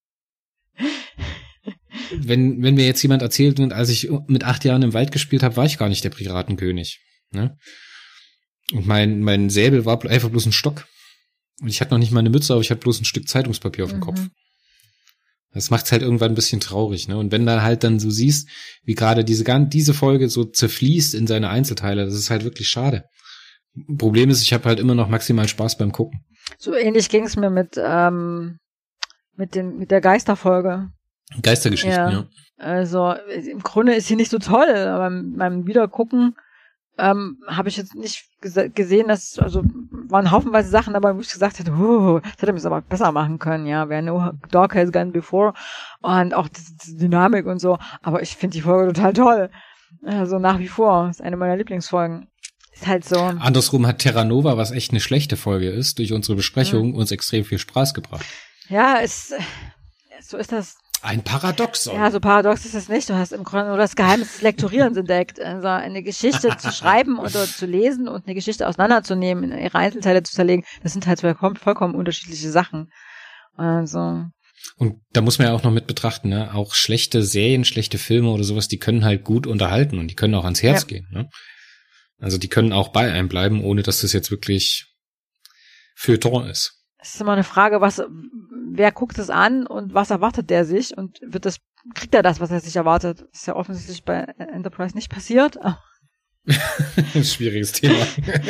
Wenn mir jetzt jemand erzählt, und als ich mit 8 Jahren im Wald gespielt habe, war ich gar nicht der Piratenkönig. Ne? Und mein Säbel war einfach bloß ein Stock. Und ich hatte noch nicht mal eine Mütze, aber ich hatte bloß ein Stück Zeitungspapier auf dem Kopf. Das macht's halt irgendwann ein bisschen traurig, ne? Und wenn dann halt dann so siehst, wie gerade diese Folge so zerfließt in seine Einzelteile, das ist halt wirklich schade. Problem ist, ich habe halt immer noch maximal Spaß beim Gucken. So ähnlich ging's mir mit der Geisterfolge. Geistergeschichten, ja. Also im Grunde ist sie nicht so toll, aber beim Wiedergucken habe ich jetzt nicht gesehen, dass, also waren haufenweise Sachen dabei, wo ich gesagt hätte, das hätte man es aber besser machen können, ja, wäre no Dark Has Gone Before und auch die Dynamik und so, aber ich finde die Folge total toll, also nach wie vor, ist eine meiner Lieblingsfolgen. Ist halt so. Andersrum hat Terra Nova, was echt eine schlechte Folge ist, durch unsere Besprechung uns extrem viel Spaß gebracht. Ja, so ist das. Ein Paradoxon. Ja, so paradox ist es nicht. Du hast im Grunde nur das Geheimnis des Lektorierens entdeckt. Also eine Geschichte zu schreiben oder zu lesen und eine Geschichte auseinanderzunehmen, in ihre Einzelteile zu zerlegen, das sind halt vollkommen unterschiedliche Sachen. Also. Und da muss man ja auch noch mit betrachten, ne? Auch schlechte Serien, schlechte Filme oder sowas, die können halt gut unterhalten und die können auch ans Herz gehen, ne? Also die können auch bei einem bleiben, ohne dass das jetzt wirklich Feuilleton ist. Es ist immer eine Frage, wer guckt es an und was erwartet der sich und kriegt er das, was er sich erwartet? Das ist ja offensichtlich bei Enterprise nicht passiert. Schwieriges Thema.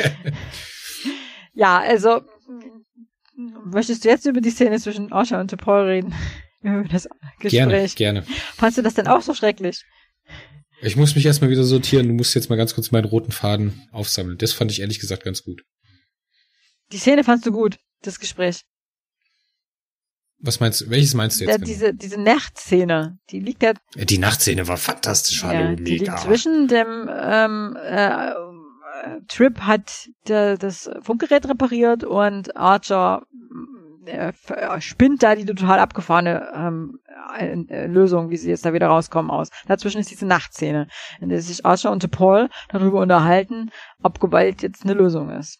Ja, also möchtest du jetzt über die Szene zwischen Archer und T'Pol reden? Über das Gespräch? Gerne. Fandst du das denn auch so schrecklich? Ich muss mich erstmal wieder sortieren. Du musst jetzt mal ganz kurz meinen roten Faden aufsammeln. Das fand ich ehrlich gesagt ganz gut. Die Szene fandst du gut? Das Gespräch. Was meinst du? Welches meinst du jetzt? Diese Nachtszene, die liegt ja. Die Nachtszene war fantastisch, hallo, die liegt zwischen dem Trip hat das Funkgerät repariert und Archer spinnt da die total abgefahrene Lösung, wie sie jetzt da wieder rauskommen, aus. Dazwischen ist diese Nachtszene, in der sich Archer und T'Pol darüber unterhalten, ob Gewalt jetzt eine Lösung ist.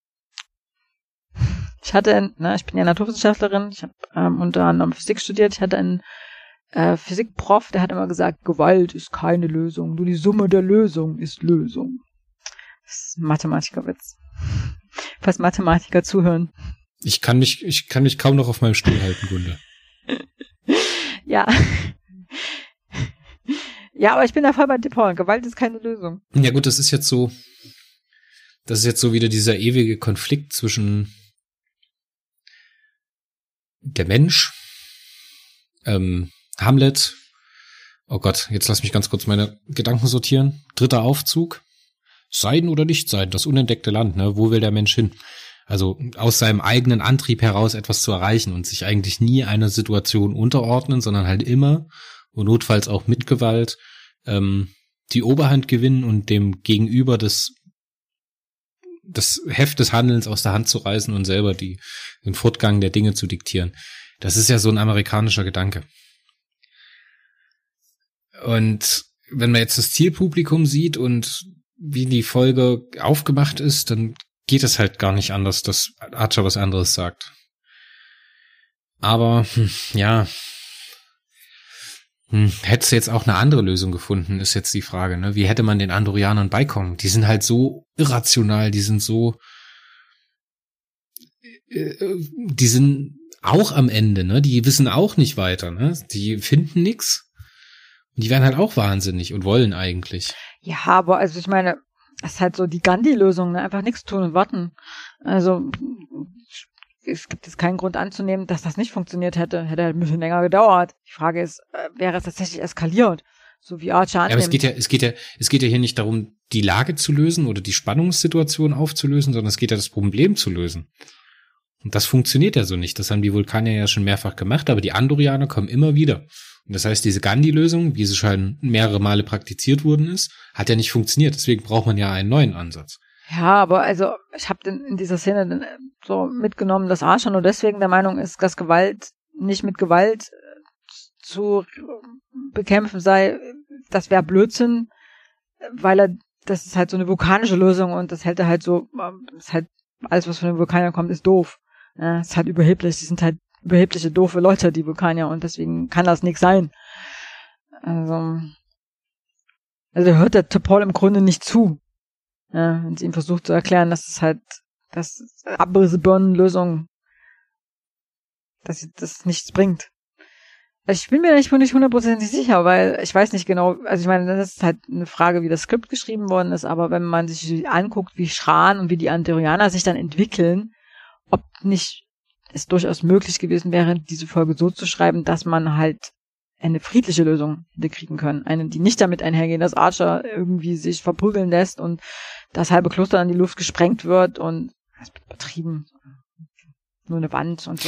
Ich bin ja Naturwissenschaftlerin, ich habe unter anderem Physik studiert, ich hatte einen Physikprof, der hat immer gesagt, Gewalt ist keine Lösung, nur die Summe der Lösung ist Lösung. Das ist ein Mathematikerwitz. Falls Mathematiker zuhören. Ich kann mich kaum noch auf meinem Stuhl halten, Gunde. Ja. Ja, aber ich bin da voll bei T'Pol. Gewalt ist keine Lösung. Ja gut, das ist jetzt so wieder dieser ewige Konflikt zwischen der Mensch, Hamlet, oh Gott, jetzt lass mich ganz kurz meine Gedanken sortieren. 3. Aufzug, sein oder nicht sein, das unentdeckte Land, ne? Wo will der Mensch hin? Also aus seinem eigenen Antrieb heraus etwas zu erreichen und sich eigentlich nie einer Situation unterordnen, sondern halt immer und notfalls auch mit Gewalt die Oberhand gewinnen und dem Gegenüber das das Heft des Handelns aus der Hand zu reißen und selber den Fortgang der Dinge zu diktieren. Das ist ja so ein amerikanischer Gedanke. Und wenn man jetzt das Zielpublikum sieht und wie die Folge aufgemacht ist, dann geht es halt gar nicht anders, dass Archer was anderes sagt. Aber, hättest du jetzt auch eine andere Lösung gefunden, ist jetzt die Frage, ne? Wie hätte man den Andorianern beikommen? Die sind halt so irrational, die sind auch am Ende, ne? Die wissen auch nicht weiter, ne? Die finden nix. Und die werden halt auch wahnsinnig und wollen eigentlich. Ja, aber also ich meine, das ist halt so die Gandhi-Lösung, ne? Einfach nichts tun und warten. Also es gibt jetzt keinen Grund anzunehmen, dass das nicht funktioniert hätte. Hätte halt ein bisschen länger gedauert. Die Frage ist, wäre es tatsächlich eskaliert? So wie Archer annimmt. Ja, aber es geht ja hier nicht darum, die Lage zu lösen oder die Spannungssituation aufzulösen, sondern es geht ja das Problem zu lösen. Und das funktioniert ja so nicht. Das haben die Vulkanier ja schon mehrfach gemacht, aber die Andorianer kommen immer wieder. Und das heißt, diese Gandhi-Lösung, wie sie schon mehrere Male praktiziert worden ist, hat ja nicht funktioniert. Deswegen braucht man ja einen neuen Ansatz. Ja, aber also ich habe in dieser Szene dann so mitgenommen, dass Archer nur deswegen der Meinung ist, dass Gewalt nicht mit Gewalt zu bekämpfen sei. Das wäre Blödsinn, weil das ist halt so eine vulkanische Lösung und das hält er halt so, ist halt alles, was von den Vulkaniern kommt, ist doof. Ja, ist halt überheblich. Die sind halt überhebliche, doofe Leute, die Vulkanier, und deswegen kann das nichts sein. Also hört der T'Pol im Grunde nicht zu. Ja, wenn sie ihm versucht zu erklären, dass es halt, dass Abrissbirnenlösung, dass das nichts bringt. Ich bin mir nicht 100% sicher, weil ich weiß nicht genau, also ich meine, das ist halt eine Frage, wie das Skript geschrieben worden ist, aber wenn man sich anguckt, wie Shran und wie die Andorianer sich dann entwickeln, ob nicht es durchaus möglich gewesen wäre, diese Folge so zu schreiben, dass man halt eine friedliche Lösung hätte kriegen können. Eine, die nicht damit einhergeht, dass Archer irgendwie sich verprügeln lässt und das halbe Kloster in die Luft gesprengt wird und das ist übertrieben. Nur eine Wand und so.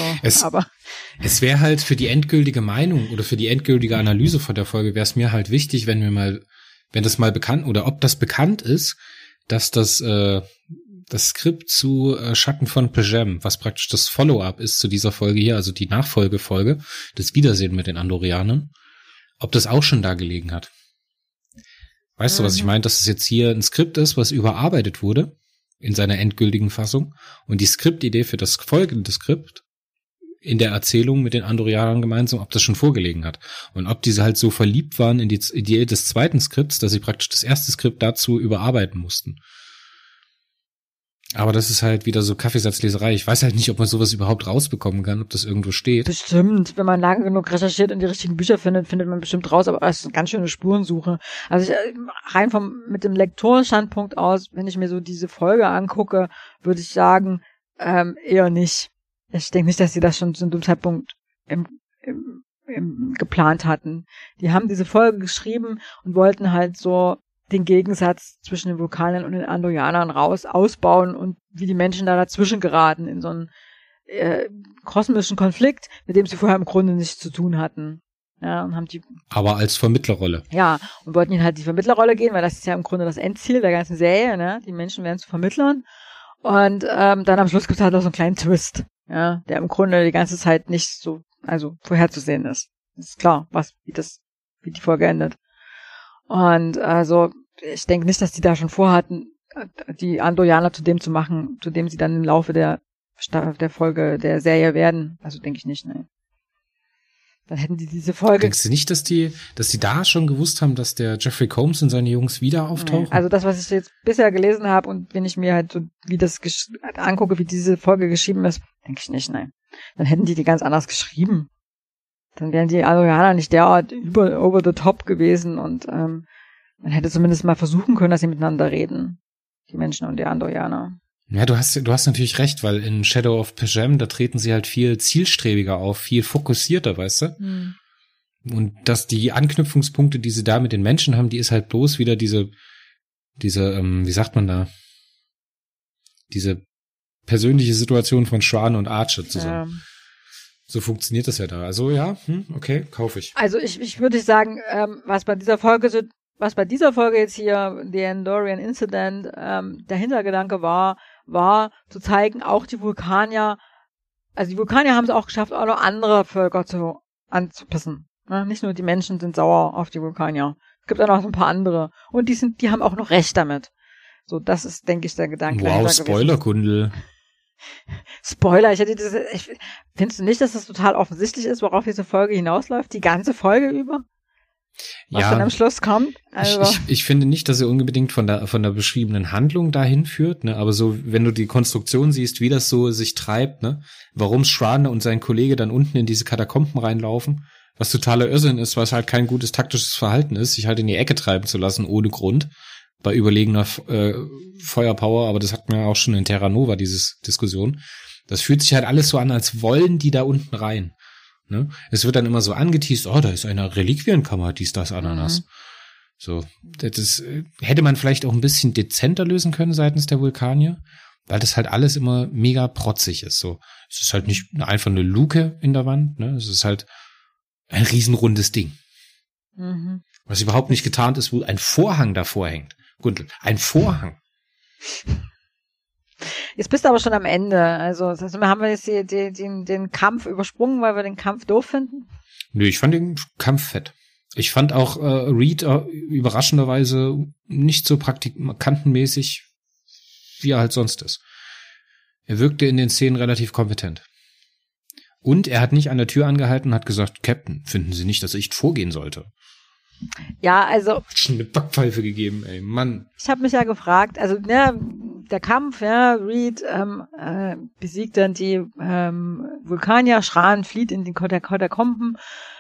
Es wäre halt für die endgültige Meinung oder für die endgültige Analyse von der Folge wäre es mir halt wichtig, wenn das mal bekannt oder ob das bekannt ist, dass das Skript zu Schatten von P'Jem, was praktisch das Follow-up ist zu dieser Folge hier, also die Nachfolgefolge, das Wiedersehen mit den Andorianern, ob das auch schon da gelegen hat. Weißt du, was ich meine? Dass es jetzt hier ein Skript ist, was überarbeitet wurde in seiner endgültigen Fassung und die Skriptidee für das folgende Skript in der Erzählung mit den Andorianern gemeinsam, ob das schon vorgelegen hat. Und ob diese halt so verliebt waren in die Idee des zweiten Skripts, dass sie praktisch das erste Skript dazu überarbeiten mussten. Aber das ist halt wieder so Kaffeesatzleserei. Ich weiß halt nicht, ob man sowas überhaupt rausbekommen kann, ob das irgendwo steht. Bestimmt. Wenn man lange genug recherchiert und die richtigen Bücher findet man bestimmt raus. Aber das ist eine ganz schöne Spurensuche. Also rein mit dem Lektorenstandpunkt aus, wenn ich mir so diese Folge angucke, würde ich sagen, eher nicht. Ich denke nicht, dass sie das schon zu einem Zeitpunkt geplant hatten. Die haben diese Folge geschrieben und wollten halt so den Gegensatz zwischen den Vulkaniern und den Andorianern ausbauen und wie die Menschen da dazwischen geraten in so einen kosmischen Konflikt, mit dem sie vorher im Grunde nichts zu tun hatten. Ja, und haben aber als Vermittlerrolle. Ja, und wollten ihnen halt die Vermittlerrolle gehen, weil das ist ja im Grunde das Endziel der ganzen Serie, ne? Die Menschen werden zu Vermittlern. Und dann am Schluss gibt es halt noch so einen kleinen Twist, ja, der im Grunde die ganze Zeit nicht so, also vorherzusehen ist. Das ist klar, wie die Folge endet. Und also ich denke nicht, dass die da schon vorhatten, die Andorianer zu dem zu machen, zu dem sie dann im Laufe der Folge der Serie werden. Also denke ich nicht, ne. Dann hätten die diese Folge. Denkst du nicht, dass die da schon gewusst haben, dass der Jeffrey Combs und seine Jungs wieder auftauchen? Nee. Also das, was ich jetzt bisher gelesen habe und wenn ich mir halt so wie das angucke, wie diese Folge geschrieben ist, denke ich nicht, nein. Dann hätten die ganz anders geschrieben. Dann wären die Andorianer nicht derart over the top gewesen und man hätte zumindest mal versuchen können, dass sie miteinander reden. Die Menschen und die Andorianer. Ja, du hast natürlich recht, weil in Shadow of P'Jem, da treten sie halt viel zielstrebiger auf, viel fokussierter, weißt du? Mhm. Und dass die Anknüpfungspunkte, die sie da mit den Menschen haben, die ist halt bloß wieder diese, wie sagt man da? Diese persönliche Situation von Shran und Archer zusammen. Ja. So funktioniert das ja da. Also ja, okay, kaufe ich. Also ich würde sagen, was bei dieser Folge jetzt hier, The Andorian Incident, der Hintergedanke war, war zu zeigen, auch die Vulkanier haben es auch geschafft, auch noch andere Völker anzupissen. Ne? Nicht nur die Menschen sind sauer auf die Vulkanier. Es gibt auch noch so ein paar andere. Und die haben auch noch Recht damit. So, das ist, denke ich, der Gedanke. Wow, Spoiler-Kundel. Spoiler, findest du nicht, dass das total offensichtlich ist, worauf diese Folge hinausläuft? Die ganze Folge über? Was dann am Schluss kommt? Also. Ich finde nicht, dass er unbedingt von der beschriebenen Handlung dahin führt, ne? Aber so, wenn du die Konstruktion siehst, wie das so sich treibt, ne? Warum Schrader und sein Kollege dann unten in diese Katakomben reinlaufen, was totaler Irrsinn ist, was halt kein gutes taktisches Verhalten ist, sich halt in die Ecke treiben zu lassen, ohne Grund, bei überlegener Feuerpower, aber das hatten wir auch schon in Terra Nova, diese Diskussion. Das fühlt sich halt alles so an, als wollen die da unten rein. Ne? Es wird dann immer so angeteast, da ist eine Reliquienkammer, dies, das, Ananas. So, das hätte man vielleicht auch ein bisschen dezenter lösen können seitens der Vulkanier, weil das halt alles immer mega protzig ist. So, es ist halt nicht einfach eine Luke in der Wand, ne? Es ist halt ein riesenrundes Ding. Was überhaupt nicht getarnt ist, wo ein Vorhang davor hängt. Gundel, ein Vorhang. Jetzt bist du aber schon am Ende. Also haben wir jetzt den Kampf übersprungen, weil wir den Kampf doof finden? Nö, ich fand den Kampf fett. Ich fand auch Reed überraschenderweise nicht so praktikantenmäßig, wie er halt sonst ist. Er wirkte in den Szenen relativ kompetent. Und er hat nicht an der Tür angehalten und hat gesagt, Captain, finden Sie nicht, dass ich vorgehen sollte? Ja, also. Schon eine Backpfeife gegeben, ey, Mann. Ich habe mich ja gefragt, also der Kampf, Reed besiegt dann die Vulkanier, Schran flieht in den Katakomben,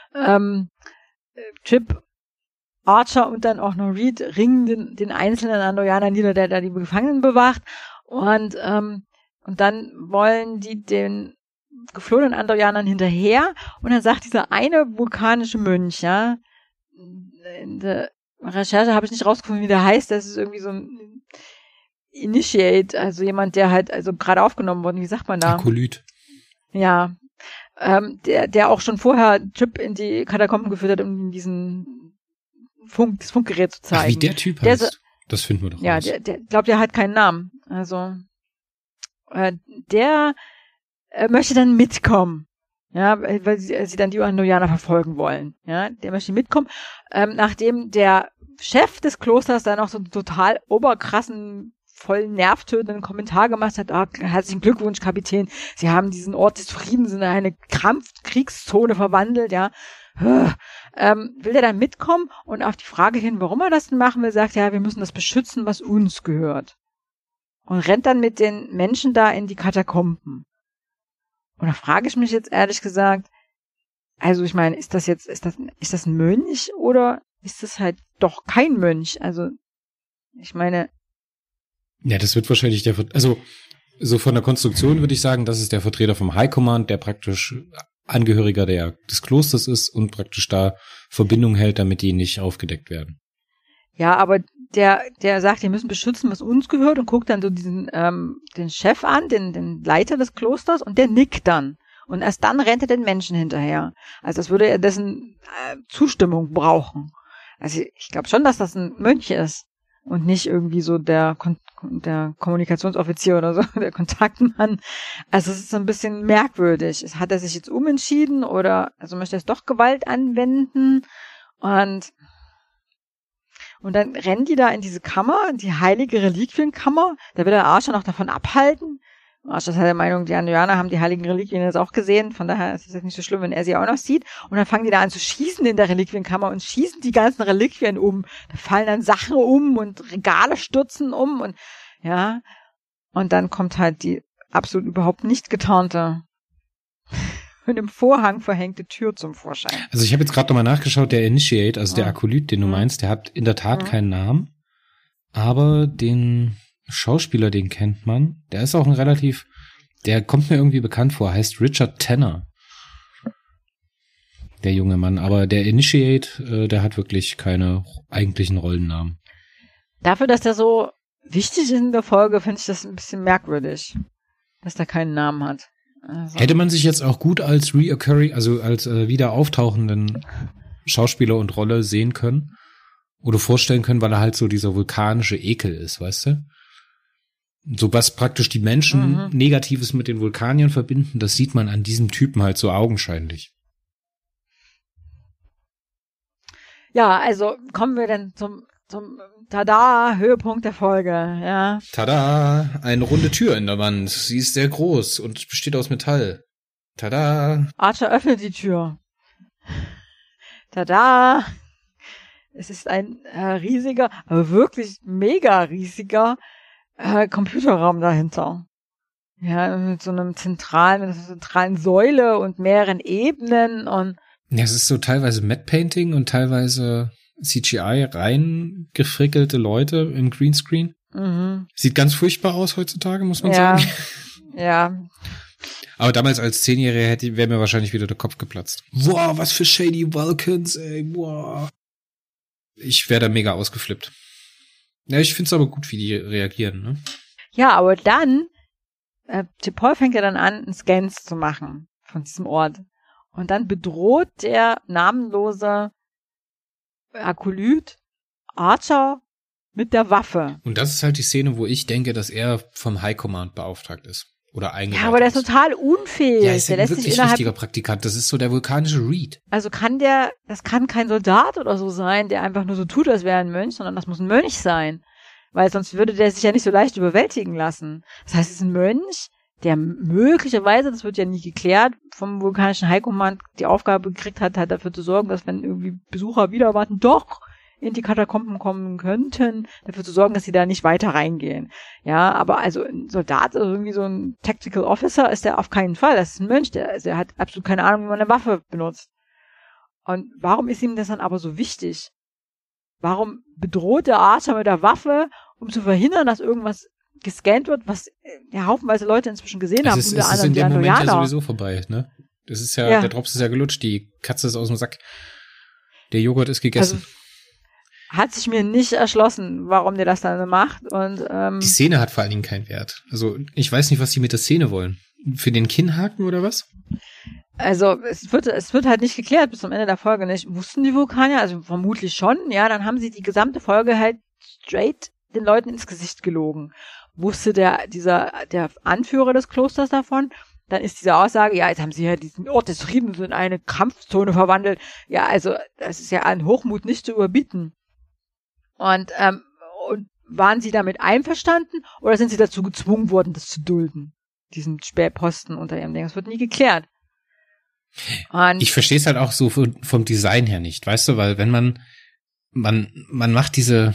Chip, Archer und dann auch noch Reed ringen den einzelnen Andorianer nieder, der da die Gefangenen bewacht und dann wollen die den geflohenen Andorianern hinterher und dann sagt dieser eine vulkanische Mönch, in der Recherche habe ich nicht rausgefunden, wie der heißt. Das ist irgendwie so ein Initiate, also jemand, der halt also gerade aufgenommen wurde. Wie sagt man da? Akolyt. Ja, der auch schon vorher Chip in die Katakomben geführt hat, um diesen das Funkgerät zu zeigen. Ach, wie der Typ heißt, das finden wir doch raus. Ja, der glaubt, der hat keinen Namen. Also der möchte dann mitkommen. Ja, weil sie dann die Andorianer verfolgen wollen. Ja, der möchte mitkommen. Nachdem der Chef des Klosters dann noch so einen total oberkrassen, voll nervtötenden Kommentar gemacht hat, herzlichen Glückwunsch, Kapitän, Sie haben diesen Ort des Friedens in eine Kriegszone verwandelt, ja. Will der dann mitkommen und auf die Frage hin, warum er das denn machen will, sagt er, wir müssen das beschützen, was uns gehört. Und rennt dann mit den Menschen da in die Katakomben. Und da frage ich mich jetzt ehrlich gesagt, also ich meine, ist das ein Mönch oder ist das halt doch kein Mönch? Also ich meine. Ja, das wird wahrscheinlich also so von der Konstruktion würde ich sagen, das ist der Vertreter vom High Command, der praktisch Angehöriger des Klosters ist und praktisch da Verbindung hält, damit die nicht aufgedeckt werden. Ja, aber der sagt, wir müssen beschützen, was uns gehört und guckt dann so den Chef an, den Leiter des Klosters und der nickt dann. Und erst dann rennt er den Menschen hinterher. Also das würde er dessen Zustimmung brauchen. Also ich glaube schon, dass das ein Mönch ist und nicht irgendwie so der Kommunikationsoffizier oder so, der Kontaktmann. Also es ist so ein bisschen merkwürdig. Hat er sich jetzt umentschieden oder also möchte er es doch Gewalt anwenden? Und dann rennen die da in diese Kammer, die heilige Reliquienkammer. Da will der Archer noch davon abhalten. Archer ist halt der Meinung, die Andorianer haben die heiligen Reliquien jetzt auch gesehen. Von daher ist es jetzt nicht so schlimm, wenn er sie auch noch sieht. Und dann fangen die da an zu schießen in der Reliquienkammer und schießen die ganzen Reliquien um. Da fallen dann Sachen um und Regale stürzen um und ja. Und dann kommt halt die absolut überhaupt nicht getarnte mit einem Vorhang verhängte Tür zum Vorschein. Also ich habe jetzt gerade nochmal nachgeschaut, der Initiate, also der Akolyt, den du meinst, der hat in der Tat keinen Namen, aber den Schauspieler, den kennt man. Der ist auch der kommt mir irgendwie bekannt vor, heißt Richard Tanner. Der junge Mann, aber der Initiate, der hat wirklich keine eigentlichen Rollennamen. Dafür, dass der so wichtig ist in der Folge, finde ich das ein bisschen merkwürdig, dass der keinen Namen hat. Also. Hätte man sich jetzt auch gut als reoccurring, also als wieder auftauchenden Schauspieler und Rolle sehen können oder vorstellen können, weil er halt so dieser vulkanische Ekel ist, weißt du? So was praktisch die Menschen Negatives mit den Vulkaniern verbinden, das sieht man an diesem Typen halt so augenscheinlich. Ja, also kommen wir dann zum Tada, Höhepunkt der Folge, ja. Tada, eine runde Tür in der Wand. Sie ist sehr groß und besteht aus Metall. Tada. Archer öffnet die Tür. Tada. Es ist ein riesiger, aber wirklich mega riesiger Computerraum dahinter. Ja, mit so einer zentralen Säule und mehreren Ebenen und ja, es ist so teilweise Matte Painting und teilweise CGI reingefrickelte Leute im Greenscreen. Sieht ganz furchtbar aus heutzutage, muss man sagen. Ja. Aber damals als 10-Jähriger wäre mir wahrscheinlich wieder der Kopf geplatzt. Wow, was für shady Vulcans, ey, wow. Ich wäre da mega ausgeflippt. Ja, ich find's aber gut, wie die reagieren, ne? Ja, aber dann, T'Pol fängt ja dann an, einen Scans zu machen von diesem Ort. Und dann bedroht der namenlose Akolyt Archer mit der Waffe. Und das ist halt die Szene, wo ich denke, dass er vom High Command beauftragt ist. Oder eingeweiht. Ja, aber der ist total unfähig. Ja, ist der ein lässt wirklich sich wichtiger Praktikant. Das ist so der vulkanische Reed. Also das kann kein Soldat oder so sein, der einfach nur so tut, als wäre ein Mönch, sondern das muss ein Mönch sein. Weil sonst würde der sich ja nicht so leicht überwältigen lassen. Das heißt, es ist ein Mönch, der möglicherweise, das wird ja nie geklärt, vom vulkanischen High Command die Aufgabe gekriegt hat, halt dafür zu sorgen, dass wenn irgendwie Besucher wieder erwarten, doch in die Katakomben kommen könnten, dafür zu sorgen, dass sie da nicht weiter reingehen. Ja, aber also ein Soldat oder irgendwie so ein Tactical Officer ist der auf keinen Fall. Das ist ein Mönch, der hat absolut keine Ahnung, wie man eine Waffe benutzt. Und warum ist ihm das dann aber so wichtig? Warum bedroht der Archer mit der Waffe, um zu verhindern, dass irgendwas gescannt wird, was ja haufenweise Leute inzwischen gesehen haben, unter anderem in dem Moment ja sowieso vorbei, ne? Das ist ja, der Drops ist ja gelutscht, die Katze ist aus dem Sack. Der Joghurt ist gegessen. Also, hat sich mir nicht erschlossen, warum der das dann macht. Und die Szene hat vor allen Dingen keinen Wert. Also ich weiß nicht, was die mit der Szene wollen. Für den Kinnhaken oder was? Also es wird halt nicht geklärt bis zum Ende der Folge nicht. Wussten die Vulkanier? Also vermutlich schon. Ja, dann haben sie die gesamte Folge halt straight den Leuten ins Gesicht gelogen. Wusste der Anführer des Klosters davon? Dann ist diese Aussage, ja, jetzt haben sie ja diesen Ort des Friedens in eine Kampfzone verwandelt. Ja, also das ist ja an Hochmut nicht zu überbieten. Und waren sie damit einverstanden oder sind sie dazu gezwungen worden, das zu dulden? Diesen Spähposten unter ihrem Ding. Das wird nie geklärt. Und ich verstehe es halt auch so vom Design her nicht, weißt du, weil wenn man macht diese,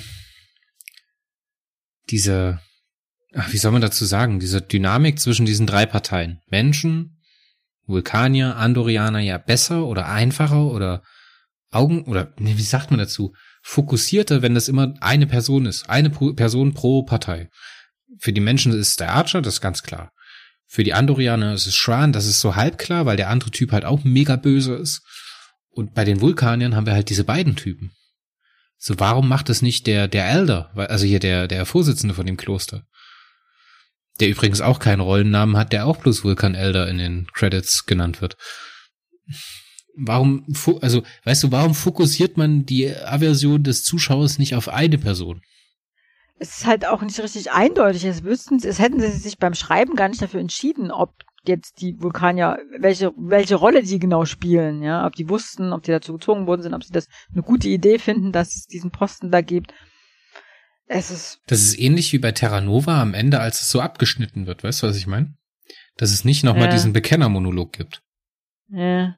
wie soll man dazu sagen, diese Dynamik zwischen diesen drei Parteien, Menschen, Vulkanier, Andorianer, ja besser oder einfacher oder wie sagt man dazu, fokussierter, wenn das immer eine Person ist, eine Person pro Partei. Für die Menschen ist der Archer, das ist ganz klar. Für die Andorianer ist es Shran, das ist so halb klar, weil der andere Typ halt auch mega böse ist. Und bei den Vulkaniern haben wir halt diese beiden Typen. So, warum macht es nicht der Elder, also hier der Vorsitzende von dem Kloster, der übrigens auch keinen Rollennamen hat, der auch bloß Vulkan Elder in den Credits genannt wird. Warum fokussiert man die Aversion des Zuschauers nicht auf eine Person? es ist halt auch nicht richtig eindeutig. Es hätten sie sich beim Schreiben gar nicht dafür entschieden, ob jetzt die Vulkanier, welche Rolle die genau spielen, ja, ob die wussten, ob die dazu gezwungen worden sind, ob sie das eine gute Idee finden, dass es diesen Posten da gibt. Das ist ähnlich wie bei Terra Nova am Ende, als es so abgeschnitten wird, weißt du, was ich meine? Dass es nicht nochmal diesen Bekennermonolog gibt. Ja.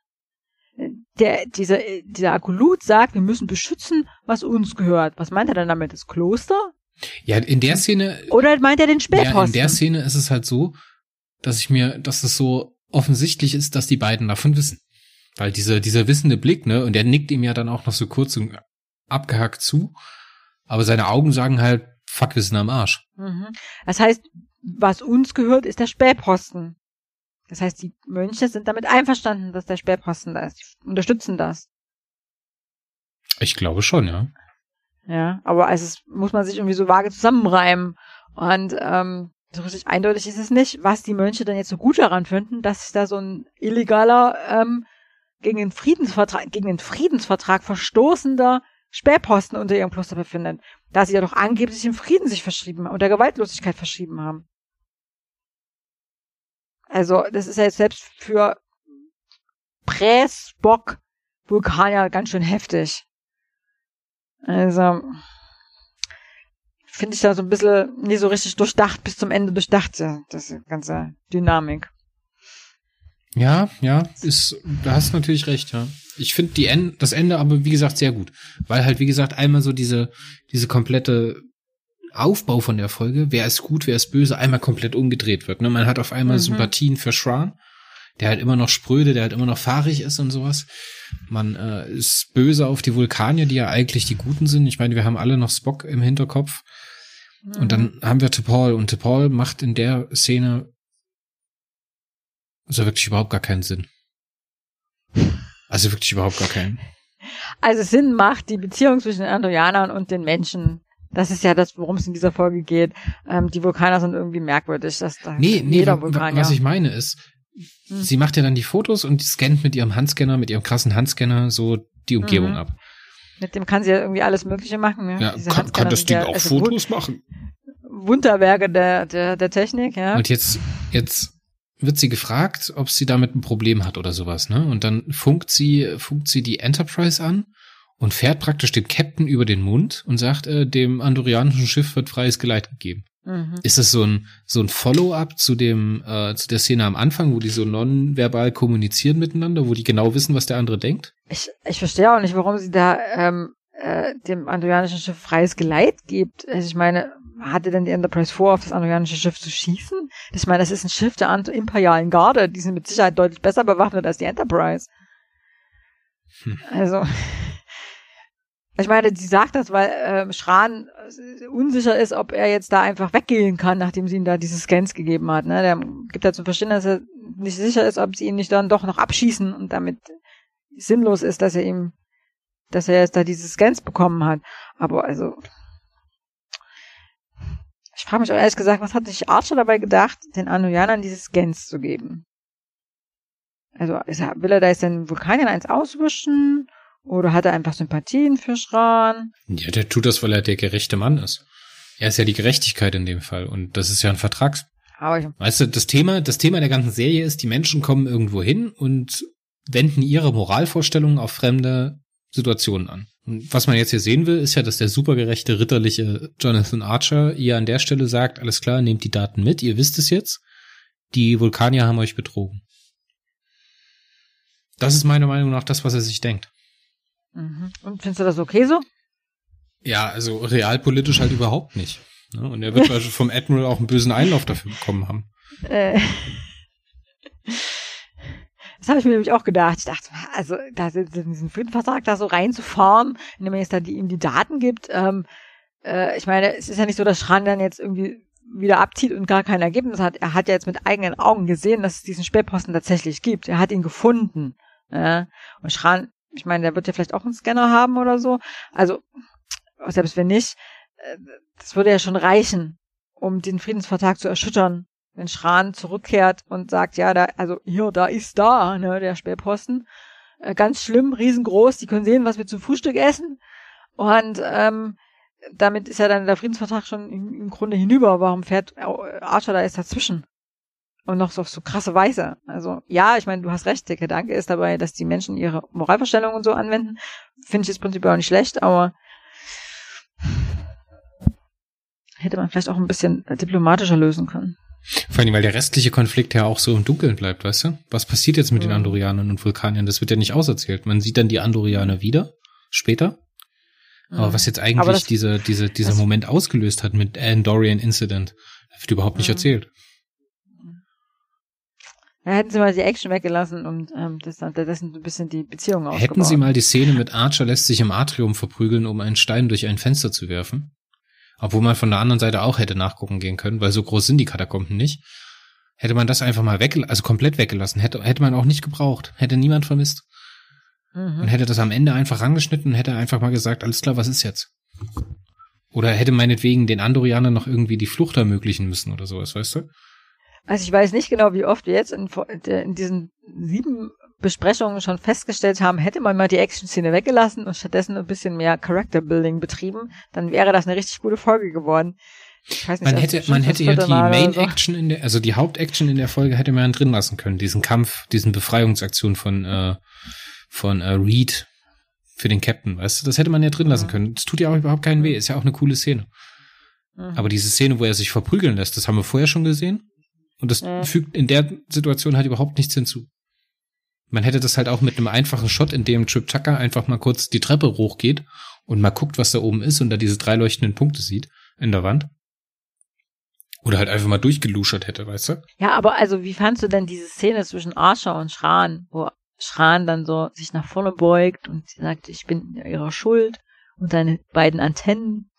Dieser Akolyt sagt, wir müssen beschützen, was uns gehört. Was meint er denn damit? Das Kloster? Ja, in der Szene. Oder meint er den Spähposten? Ja, in der Szene ist es halt so, dass es so offensichtlich ist, dass die beiden davon wissen. Weil dieser wissende Blick, ne, und der nickt ihm ja dann auch noch so kurz und abgehackt zu. Aber seine Augen sagen halt, fuck, wir sind am Arsch. Mhm. Das heißt, was uns gehört, ist der Spähposten. Das heißt, die Mönche sind damit einverstanden, dass der Spähposten da ist. Die unterstützen das. Ich glaube schon, ja. Ja, aber muss man sich irgendwie so vage zusammenreimen. Und so richtig eindeutig ist es nicht, was die Mönche dann jetzt so gut daran finden, dass da so ein illegaler, gegen den Friedensvertrag verstoßender Spähposten unter ihrem Kloster befindet, da sie ja doch angeblich im Frieden sich verschrieben haben und der Gewaltlosigkeit verschrieben haben. Also, das ist ja jetzt selbst für Prä-Spock-Vulkanier ganz schön heftig. Also, finde ich da so ein bisschen nicht so richtig durchdacht, bis zum Ende durchdacht, das ganze Dynamik. Ja, da hast du natürlich recht, ja. Ich finde das Ende aber, wie gesagt, sehr gut. Weil halt, wie gesagt, einmal so diese komplette Aufbau von der Folge, wer ist gut, wer ist böse, einmal komplett umgedreht wird. Ne? Man hat auf einmal Sympathien für Shran, der halt immer noch spröde, der halt immer noch fahrig ist und sowas. Man ist böse auf die Vulkanier, die ja eigentlich die Guten sind. Ich meine, wir haben alle noch Spock im Hinterkopf. Und dann haben wir T'Pol. Und T'Pol macht in der Szene so wirklich überhaupt gar keinen Sinn. Also wirklich überhaupt gar keinen. Also Sinn macht die Beziehung zwischen den Andorianern und den Menschen. Das ist ja das, worum es in dieser Folge geht. Die Vulkaner sind irgendwie merkwürdig. Jeder Vulkanier. Was ich meine ist, sie macht ja dann die Fotos und scannt mit ihrem Handscanner, mit ihrem krassen Handscanner so die Umgebung ab. Mit dem kann sie ja irgendwie alles Mögliche machen. Ne? Ja, kann das Ding auch Fotos machen. Wunderwerke der Technik, ja. Und jetzt wird sie gefragt, ob sie damit ein Problem hat oder sowas, ne? Und dann funkt sie die Enterprise an und fährt praktisch dem Captain über den Mund und sagt, dem andorianischen Schiff wird freies Geleit gegeben. Ist das so ein Follow-up zu der Szene am Anfang, wo die so nonverbal kommunizieren miteinander, wo die genau wissen, was der andere denkt? Ich verstehe auch nicht, warum sie da dem andorianischen Schiff freies Geleit gibt. Also ich meine, hatte denn die Enterprise vor, auf das andorianische Schiff zu schießen? Ich meine, das ist ein Schiff der imperialen Garde. Die sind mit Sicherheit deutlich besser bewaffnet als die Enterprise. Also, ich meine, sie sagt das, weil Shran unsicher ist, ob er jetzt da einfach weggehen kann, nachdem sie ihm da diese Scans gegeben hat. Ne? Der gibt ja zu verstehen, dass er nicht sicher ist, ob sie ihn nicht dann doch noch abschießen und damit sinnlos ist, dass er jetzt da diese Scans bekommen hat. Aber also, ich frage mich auch ehrlich gesagt, was hat sich Archer dabei gedacht, den Andorianern diese Scans zu geben? Also, will er da jetzt den Vulkaniern eins auswischen? Oder hat er einfach Sympathien für Shran? Ja, der tut das, weil er der gerechte Mann ist. Er ist ja die Gerechtigkeit in dem Fall. Und das ist ja ein Vertrag. Weißt du, das Thema der ganzen Serie ist, die Menschen kommen irgendwo hin und wenden ihre Moralvorstellungen auf fremde Situationen an. Und was man jetzt hier sehen will, ist ja, dass der supergerechte, ritterliche Jonathan Archer ihr an der Stelle sagt, alles klar, nehmt die Daten mit, ihr wisst es jetzt, die Vulkanier haben euch betrogen. Das ist meiner Meinung nach das, was er sich denkt. Und findest du das okay so? Ja, also realpolitisch halt überhaupt nicht. Und er wird also vom Admiral auch einen bösen Einlauf dafür bekommen haben. Das habe ich mir nämlich auch gedacht. Ich dachte, also da in diesen Friedensvertrag da so reinzufahren, indem man jetzt da ihm die Daten gibt. Ich meine, es ist ja nicht so, dass Shran dann jetzt irgendwie wieder abzieht und gar kein Ergebnis hat. Er hat ja jetzt mit eigenen Augen gesehen, dass es diesen Spähposten tatsächlich gibt. Er hat ihn gefunden. Und Shran, ich meine, der wird ja vielleicht auch einen Scanner haben oder so. Also, selbst wenn nicht, das würde ja schon reichen, um den Friedensvertrag zu erschüttern. Wenn Shran zurückkehrt und sagt, ja, da ist der Spähposten. Ganz schlimm, riesengroß, die können sehen, was wir zum Frühstück essen. Und damit ist ja dann der Friedensvertrag schon im Grunde hinüber. Warum fährt Archer da jetzt dazwischen? Und noch so auf so krasse Weise. Also, ja, ich meine, du hast recht, der Gedanke ist dabei, dass die Menschen ihre Moralvorstellungen und so anwenden. Finde ich jetzt prinzipiell auch nicht schlecht, aber hätte man vielleicht auch ein bisschen diplomatischer lösen können. Vor allem, weil der restliche Konflikt ja auch so im Dunkeln bleibt, weißt du? Was passiert jetzt mit den Andorianern und Vulkaniern? Das wird ja nicht auserzählt. Man sieht dann die Andorianer wieder, später. Aber was jetzt eigentlich dieser Moment ausgelöst hat mit Andorian Incident, das wird überhaupt nicht erzählt. Da hätten sie mal die Action weggelassen und stattdessen ein bisschen die Beziehung ausgebaut. Hätten sie mal die Szene mit Archer lässt sich im Atrium verprügeln, um einen Stein durch ein Fenster zu werfen. Obwohl man von der anderen Seite auch hätte nachgucken gehen können, weil so groß sind die Katakomben nicht. Hätte man das einfach mal komplett weggelassen, hätte man auch nicht gebraucht. Hätte niemand vermisst. Und hätte das am Ende einfach rangeschnitten und hätte einfach mal gesagt, alles klar, was ist jetzt? Oder hätte meinetwegen den Andorianern noch irgendwie die Flucht ermöglichen müssen oder sowas, weißt du? Also ich weiß nicht genau, wie oft wir jetzt in diesen 7 Vorabesprechungen schon festgestellt haben, hätte man mal die Action-Szene weggelassen und stattdessen ein bisschen mehr Character-Building betrieben, dann wäre das eine richtig gute Folge geworden. Ich weiß nicht, man hätte ja die Main-Action also die Hauptaction in der Folge hätte man drin lassen können, diesen Kampf, diesen Befreiungsaktion von Reed für den Captain, weißt du, das hätte man ja drin lassen können. Das tut ja auch überhaupt keinen weh, ist ja auch eine coole Szene. Aber diese Szene, wo er sich verprügeln lässt, das haben wir vorher schon gesehen und das fügt in der Situation halt überhaupt nichts hinzu. Man hätte das halt auch mit einem einfachen Shot, in dem Trip Tucker einfach mal kurz die Treppe hochgeht und mal guckt, was da oben ist und da diese 3 leuchtenden Punkte sieht in der Wand. Oder halt einfach mal durchgeluschert hätte, weißt du? Ja, aber also wie fandst du denn diese Szene zwischen Archer und Shran, wo Shran dann so sich nach vorne beugt und sie sagt, ich bin in ihrer Schuld und deine beiden Antennen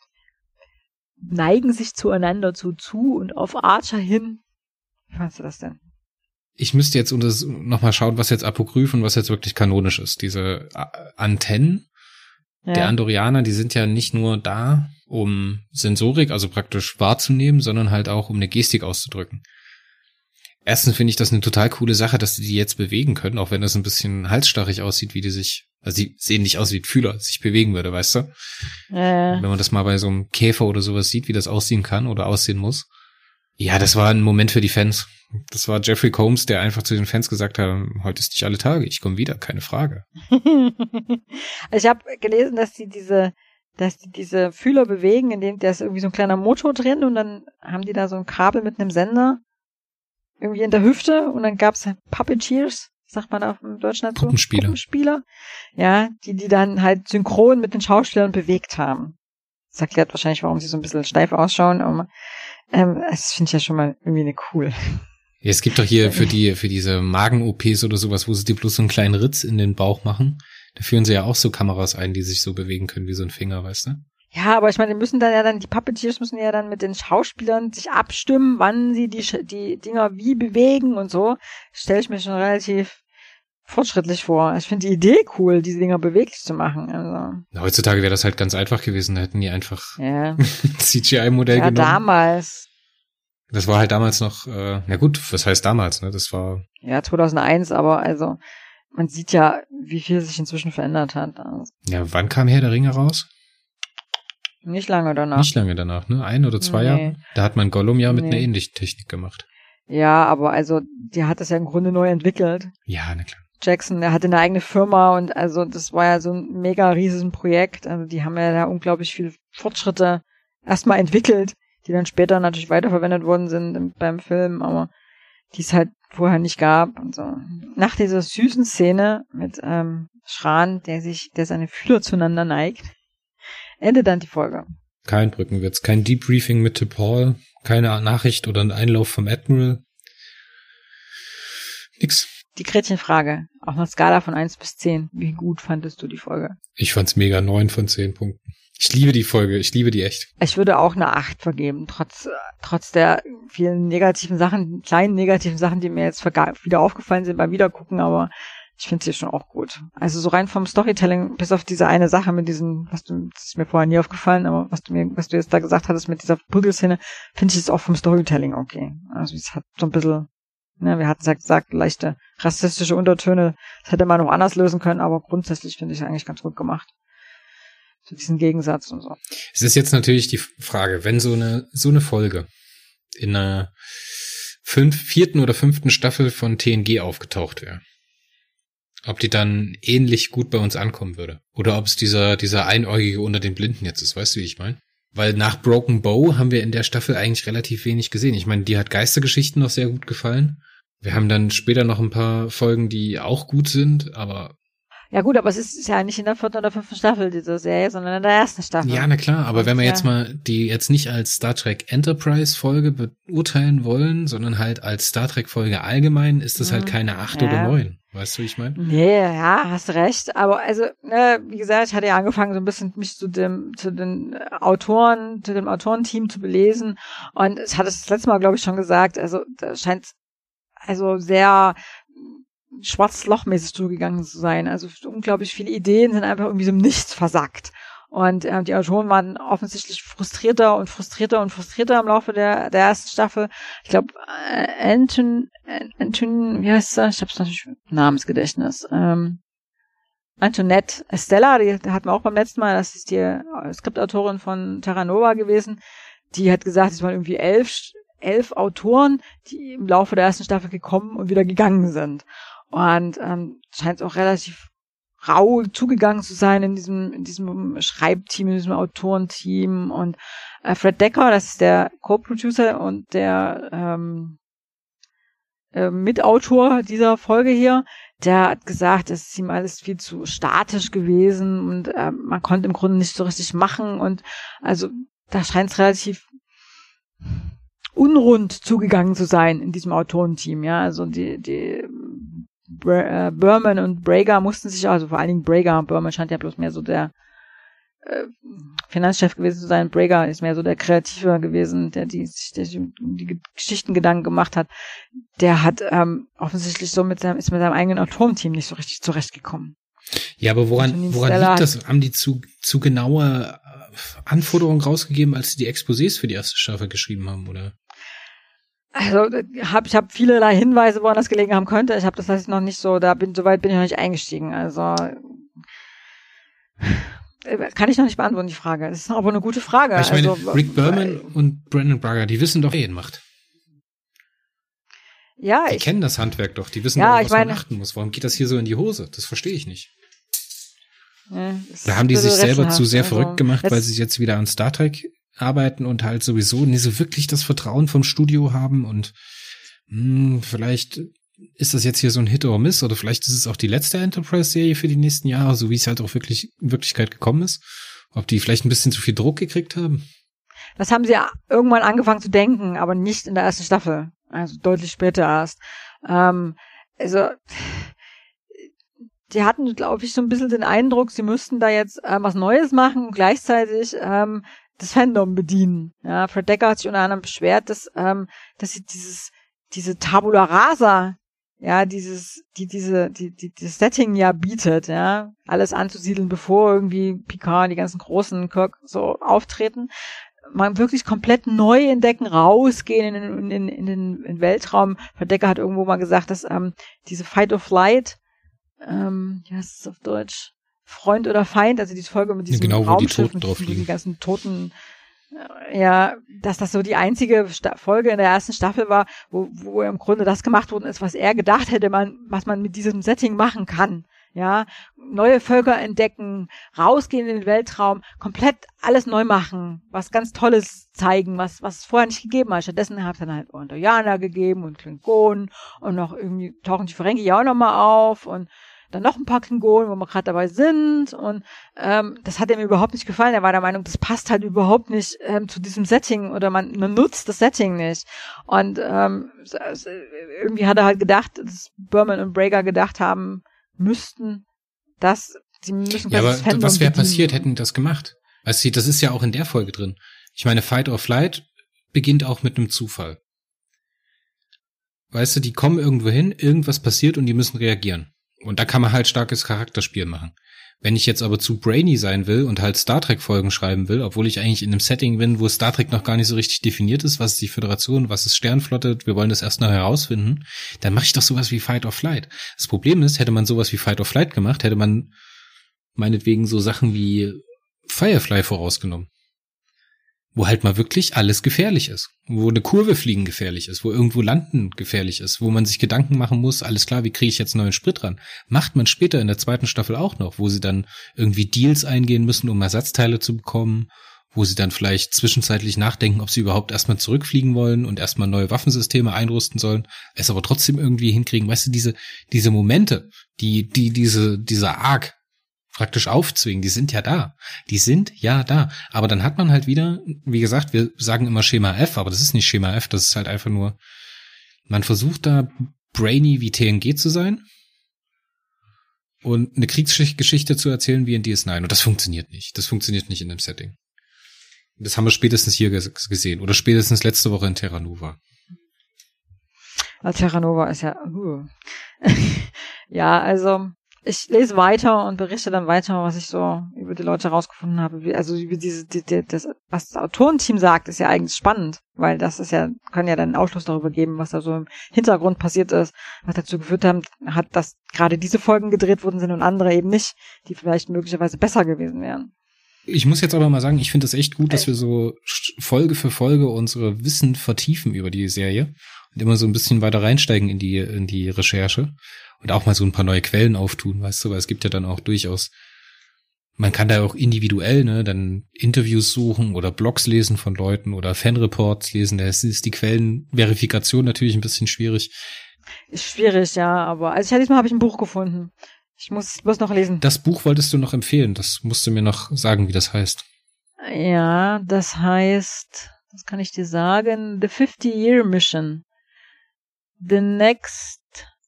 neigen sich zueinander zu und auf Archer hin. Wie fandst du das denn? Ich müsste jetzt nochmal schauen, was jetzt apokryph und was jetzt wirklich kanonisch ist. Diese Antennen der Andorianer, die sind ja nicht nur da, um Sensorik, also praktisch wahrzunehmen, sondern halt auch, um eine Gestik auszudrücken. Erstens finde ich das eine total coole Sache, dass die jetzt bewegen können, auch wenn das ein bisschen halsstarrig aussieht, wie die sich, also die sehen nicht aus wie Fühler, sich bewegen würde, weißt du? Wenn man das mal bei so einem Käfer oder sowas sieht, wie das aussehen kann oder aussehen muss. Ja, das war ein Moment für die Fans. Das war Jeffrey Combs, der einfach zu den Fans gesagt hat, heute ist nicht alle Tage, ich komme wieder, keine Frage. Ich habe gelesen, dass die diese Fühler bewegen, in dem da ist irgendwie so ein kleiner Motor drin und dann haben die da so ein Kabel mit einem Sender irgendwie in der Hüfte und dann gab's Puppeteers, sagt man auf dem Deutschen dazu? Puppenspieler. Ja, die dann halt synchron mit den Schauspielern bewegt haben. Das erklärt wahrscheinlich, warum sie so ein bisschen steif ausschauen, aber das finde ich ja schon mal irgendwie cool. Ja, es gibt doch hier für diese Magen-OPs oder sowas, wo sie dir bloß so einen kleinen Ritz in den Bauch machen. Da führen sie ja auch so Kameras ein, die sich so bewegen können wie so ein Finger, weißt du? Ja, aber ich meine, die Puppeteers müssen ja dann mit den Schauspielern sich abstimmen, wann sie die Dinger wie bewegen und so. Stelle ich mir schon relativ fortschrittlich vor. Ich finde die Idee cool, diese Dinger beweglich zu machen. Also. Heutzutage wäre das halt ganz einfach gewesen, da hätten die einfach CGI-Modell genommen. Ja, damals. Das war halt damals noch, na gut, was heißt damals, ne? Das war... Ja, 2001, aber also man sieht ja, wie viel sich inzwischen verändert hat. Also. Ja, wann kam Herr der Ringe raus? Nicht lange danach. Nicht lange danach, ne? 1 oder 2 Jahre? Da hat man Gollum ja mit einer ähnlichen Technik gemacht. Ja, aber also, die hat das ja im Grunde neu entwickelt. Ja, na klar. Jackson, der hatte eine eigene Firma und also das war ja so ein mega riesiges Projekt. Also die haben ja da unglaublich viele Fortschritte erstmal entwickelt, die dann später natürlich weiterverwendet worden sind beim Film, aber die es halt vorher nicht gab und so. Nach dieser süßen Szene mit Shran, der seine Fühler zueinander neigt, endet dann die Folge. Kein Brückenwitz, kein Debriefing mit T'Pol, keine Nachricht oder ein Einlauf vom Admiral. Nix. Die Gretchenfrage, auf einer Skala von 1 bis 10, wie gut fandest du die Folge? Ich fand's mega, 9 von 10 Punkten. Ich liebe die Folge, ich liebe die echt. Ich würde auch eine 8 vergeben, trotz der vielen negativen Sachen, kleinen negativen Sachen, die mir jetzt wieder aufgefallen sind beim Wiedergucken, aber ich finde sie schon auch gut. Also so rein vom Storytelling, bis auf diese eine Sache mit diesen, das ist mir vorher nie aufgefallen, aber was du jetzt da gesagt hattest mit dieser Prügelszene, finde ich es auch vom Storytelling okay. Also es hat so ein bisschen, ne, wir hatten gesagt, leichte rassistische Untertöne, das hätte man noch anders lösen können, aber grundsätzlich finde ich es eigentlich ganz gut gemacht. So diesen Gegensatz und so. Es ist jetzt natürlich die Frage, wenn so eine Folge in einer 4. oder 5. Staffel von TNG aufgetaucht wäre, ob die dann ähnlich gut bei uns ankommen würde. Oder ob es dieser Einäugige unter den Blinden jetzt ist, weißt du, wie ich meine? Weil nach Broken Bow haben wir in der Staffel eigentlich relativ wenig gesehen. Ich meine, die hat Geistergeschichten noch sehr gut gefallen. Wir haben dann später noch ein paar Folgen, die auch gut sind, aber... Ja gut, aber es ist ja nicht in der 4. oder 5. Staffel dieser Serie, sondern in der 1. Staffel. Ja, na klar, aber wenn wir jetzt mal die jetzt nicht als Star Trek Enterprise Folge beurteilen wollen, sondern halt als Star Trek Folge allgemein, ist das halt keine 8 oder 9. Weißt du, wie ich meine? Nee, ja, hast recht. Aber also, ne, wie gesagt, ich hatte ja angefangen, so ein bisschen mich zu dem Autorenteam zu belesen. Und ich hatte es das letzte Mal, glaube ich, schon gesagt, also da scheint also sehr schwarzes Lochmäßig zugegangen zu sein. Also unglaublich viele Ideen sind einfach irgendwie so im Nichts versackt. Und die Autoren waren offensichtlich frustrierter und frustrierter und frustrierter im Laufe der ersten Staffel. Ich glaube, Anton, wie heißt er? Ich habe es natürlich Namensgedächtnis. Antoinette Estella, die hatten wir auch beim letzten Mal, das ist die Skriptautorin von Terra Nova gewesen. Die hat gesagt, es waren irgendwie 11 Autoren, die im Laufe der ersten Staffel gekommen und wieder gegangen sind. Und scheint auch relativ rau zugegangen zu sein in diesem Schreibteam, in diesem Autorenteam. Und Fred Decker, das ist der Co-Producer und der Mitautor dieser Folge hier, der hat gesagt, es ist ihm alles viel zu statisch gewesen und man konnte im Grunde nicht so richtig machen. Und also da scheint es relativ unrund zugegangen zu sein in diesem Autorenteam. Ja, also die Berman und Brager mussten sich, also vor allen Dingen Brager, Berman scheint ja bloß mehr so der Finanzchef gewesen zu sein, Brager ist mehr so der Kreative gewesen, der die Geschichten Gedanken gemacht hat. Der hat offensichtlich so ist mit seinem eigenen Autorenteam nicht so richtig zurechtgekommen. Ja, aber woran liegt das? Haben die zu genaue Anforderungen rausgegeben, als sie die Exposés für die erste Staffel geschrieben haben, oder? Also ich hab vielerlei Hinweise, woran das gelegen haben könnte. Ich habe das heißt noch nicht so, so weit bin ich noch nicht eingestiegen. Also kann ich noch nicht beantworten, die Frage. Das ist aber eine gute Frage. Ich meine, Rick Berman und Brandon Braga, die wissen doch, wer ihn macht. Ja, die kennen das Handwerk doch, die wissen doch, was man achten muss. Warum geht das hier so in die Hose? Das verstehe ich nicht. Ja, da haben die sich selber zu sehr verrückt gemacht, weil sie jetzt wieder an Star Trek arbeiten und halt sowieso nicht so wirklich das Vertrauen vom Studio haben und vielleicht ist das jetzt hier so ein Hit or Miss oder vielleicht ist es auch die letzte Enterprise-Serie für die nächsten Jahre, so wie es halt auch wirklich in Wirklichkeit gekommen ist. Ob die vielleicht ein bisschen zu viel Druck gekriegt haben? Das haben sie irgendwann angefangen zu denken, aber nicht in der ersten Staffel. Also deutlich später erst. Also die hatten, glaube ich, so ein bisschen den Eindruck, sie müssten da jetzt was Neues machen und gleichzeitig das Fandom bedienen. Ja, Fred Decker hat sich unter anderem beschwert, dass sie diese Tabula Rasa, ja, dieses Setting ja bietet, ja, alles anzusiedeln, bevor irgendwie Picard, die ganzen großen Kirk so auftreten, man wirklich komplett neu entdecken, rausgehen in den Weltraum. Fred Decker hat irgendwo mal gesagt, dass diese Fight or Flight, wie heißt es auf Deutsch? Freund oder Feind, also diese Folge mit diesem genau, Raumschiff, mit den ganzen Toten, ja, dass das so die einzige Folge in der ersten Staffel war, wo im Grunde das gemacht worden ist, was er gedacht hätte, was man mit diesem Setting machen kann. Ja, neue Völker entdecken, rausgehen in den Weltraum, komplett alles neu machen, was ganz Tolles zeigen, was es vorher nicht gegeben hat. Stattdessen hat es dann halt Ondorianer gegeben und Klingonen und noch irgendwie tauchen die Ferengi ja auch nochmal auf und dann noch ein paar Klingonen, wo wir gerade dabei sind und das hat ihm überhaupt nicht gefallen. Er war der Meinung, das passt halt überhaupt nicht zu diesem Setting oder man nutzt das Setting nicht. Und irgendwie hat er halt gedacht, dass Berman und Brager gedacht haben müssten, dass sie müssen. Ja, aber was wäre passiert, hätten die das gemacht? Weißt du, das ist ja auch in der Folge drin. Ich meine, Fight or Flight beginnt auch mit einem Zufall. Weißt du, die kommen irgendwo hin, irgendwas passiert und die müssen reagieren. Und da kann man halt starkes Charakterspiel machen. Wenn ich jetzt aber zu brainy sein will und halt Star Trek Folgen schreiben will, obwohl ich eigentlich in einem Setting bin, wo Star Trek noch gar nicht so richtig definiert ist, was ist die Föderation, was ist Sternflotte, wir wollen das erst noch herausfinden, dann mache ich doch sowas wie Fight or Flight. Das Problem ist, hätte man sowas wie Fight or Flight gemacht, hätte man meinetwegen so Sachen wie Firefly vorausgenommen. Wo halt mal wirklich alles gefährlich ist. Wo eine Kurve fliegen gefährlich ist, wo irgendwo landen gefährlich ist, wo man sich Gedanken machen muss, alles klar, wie kriege ich jetzt neuen Sprit ran? Macht man später in der zweiten Staffel auch noch, wo sie dann irgendwie Deals eingehen müssen, um Ersatzteile zu bekommen, wo sie dann vielleicht zwischenzeitlich nachdenken, ob sie überhaupt erstmal zurückfliegen wollen und erstmal neue Waffensysteme einrüsten sollen, es aber trotzdem irgendwie hinkriegen. Weißt du, diese Momente, dieser Arc praktisch aufzwingen, die sind ja da. Die sind ja da. Aber dann hat man halt wieder, wie gesagt, wir sagen immer Schema F, aber das ist nicht Schema F, das ist halt einfach nur, man versucht da brainy wie TNG zu sein und eine Kriegsgeschichte zu erzählen wie in DS9. Und das funktioniert nicht. Das funktioniert nicht in dem Setting. Das haben wir spätestens hier gesehen oder spätestens letzte Woche in Terra Nova. Terra Nova ist ja, ja, also Ich lese weiter und berichte dann weiter, was ich so über die Leute rausgefunden habe. Also über was das Autorenteam sagt, ist ja eigentlich spannend, weil das ist ja, kann ja dann einen Ausschluss darüber geben, was da so im Hintergrund passiert ist, was dazu geführt hat, dass gerade diese Folgen gedreht worden sind und andere eben nicht, die vielleicht möglicherweise besser gewesen wären. Ich muss jetzt aber mal sagen, ich finde es echt gut, dass wir so Folge für Folge unsere Wissen vertiefen über die Serie und immer so ein bisschen weiter reinsteigen in die Recherche und auch mal so ein paar neue Quellen auftun, weißt du, weil es gibt ja dann auch durchaus, man kann da auch individuell, ne, dann Interviews suchen oder Blogs lesen von Leuten oder Fanreports lesen, da ist die Quellenverifikation natürlich ein bisschen schwierig. Ist schwierig, ja, aber also diesmal habe ich ein Buch gefunden. Ich muss noch lesen. Das Buch wolltest du noch empfehlen, das musst du mir noch sagen, wie das heißt. Ja, das heißt, was kann ich dir sagen? The 50-Year Mission. The next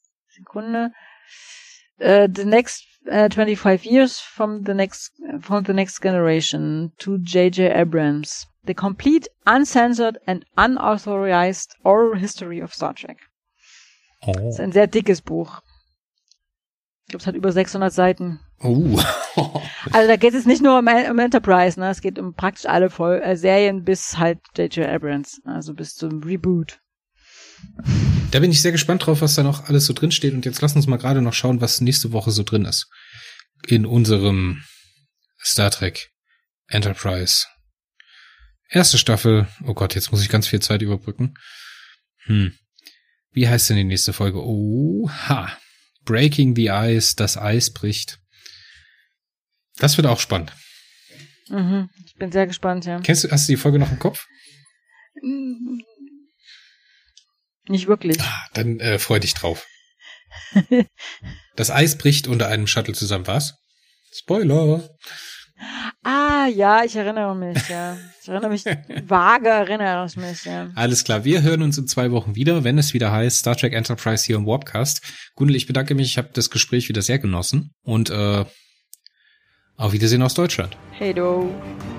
25 years from the next generation to J.J. Abrams. The complete, uncensored and unauthorized oral history of Star Trek. Oh. Das ist ein sehr dickes Buch. Ich glaube, es hat über 600 Seiten. Oh. Also da geht es nicht nur um Enterprise, ne? Es geht um praktisch alle Serien bis halt J.J. Abrams, also bis zum Reboot. Da bin ich sehr gespannt drauf, was da noch alles so drin steht. Und jetzt lass uns mal gerade noch schauen, was nächste Woche so drin ist. In unserem Star Trek Enterprise. Erste Staffel. Oh Gott, jetzt muss ich ganz viel Zeit überbrücken. Wie heißt denn die nächste Folge? Oha. Breaking the Ice. Das Eis bricht. Das wird auch spannend. Ich bin sehr gespannt, ja. Hast du die Folge noch im Kopf? Nicht wirklich. Dann freu dich drauf. Das Eis bricht unter einem Shuttle zusammen, was? Spoiler. Ja, ich erinnere mich, ja. Vage erinnere ich mich, ja. Alles klar, wir hören uns in 2 Wochen wieder, wenn es wieder heißt Star Trek Enterprise hier im Warpcast. Gundel, ich bedanke mich, ich habe das Gespräch wieder sehr genossen und auf Wiedersehen aus Deutschland. Hey, du.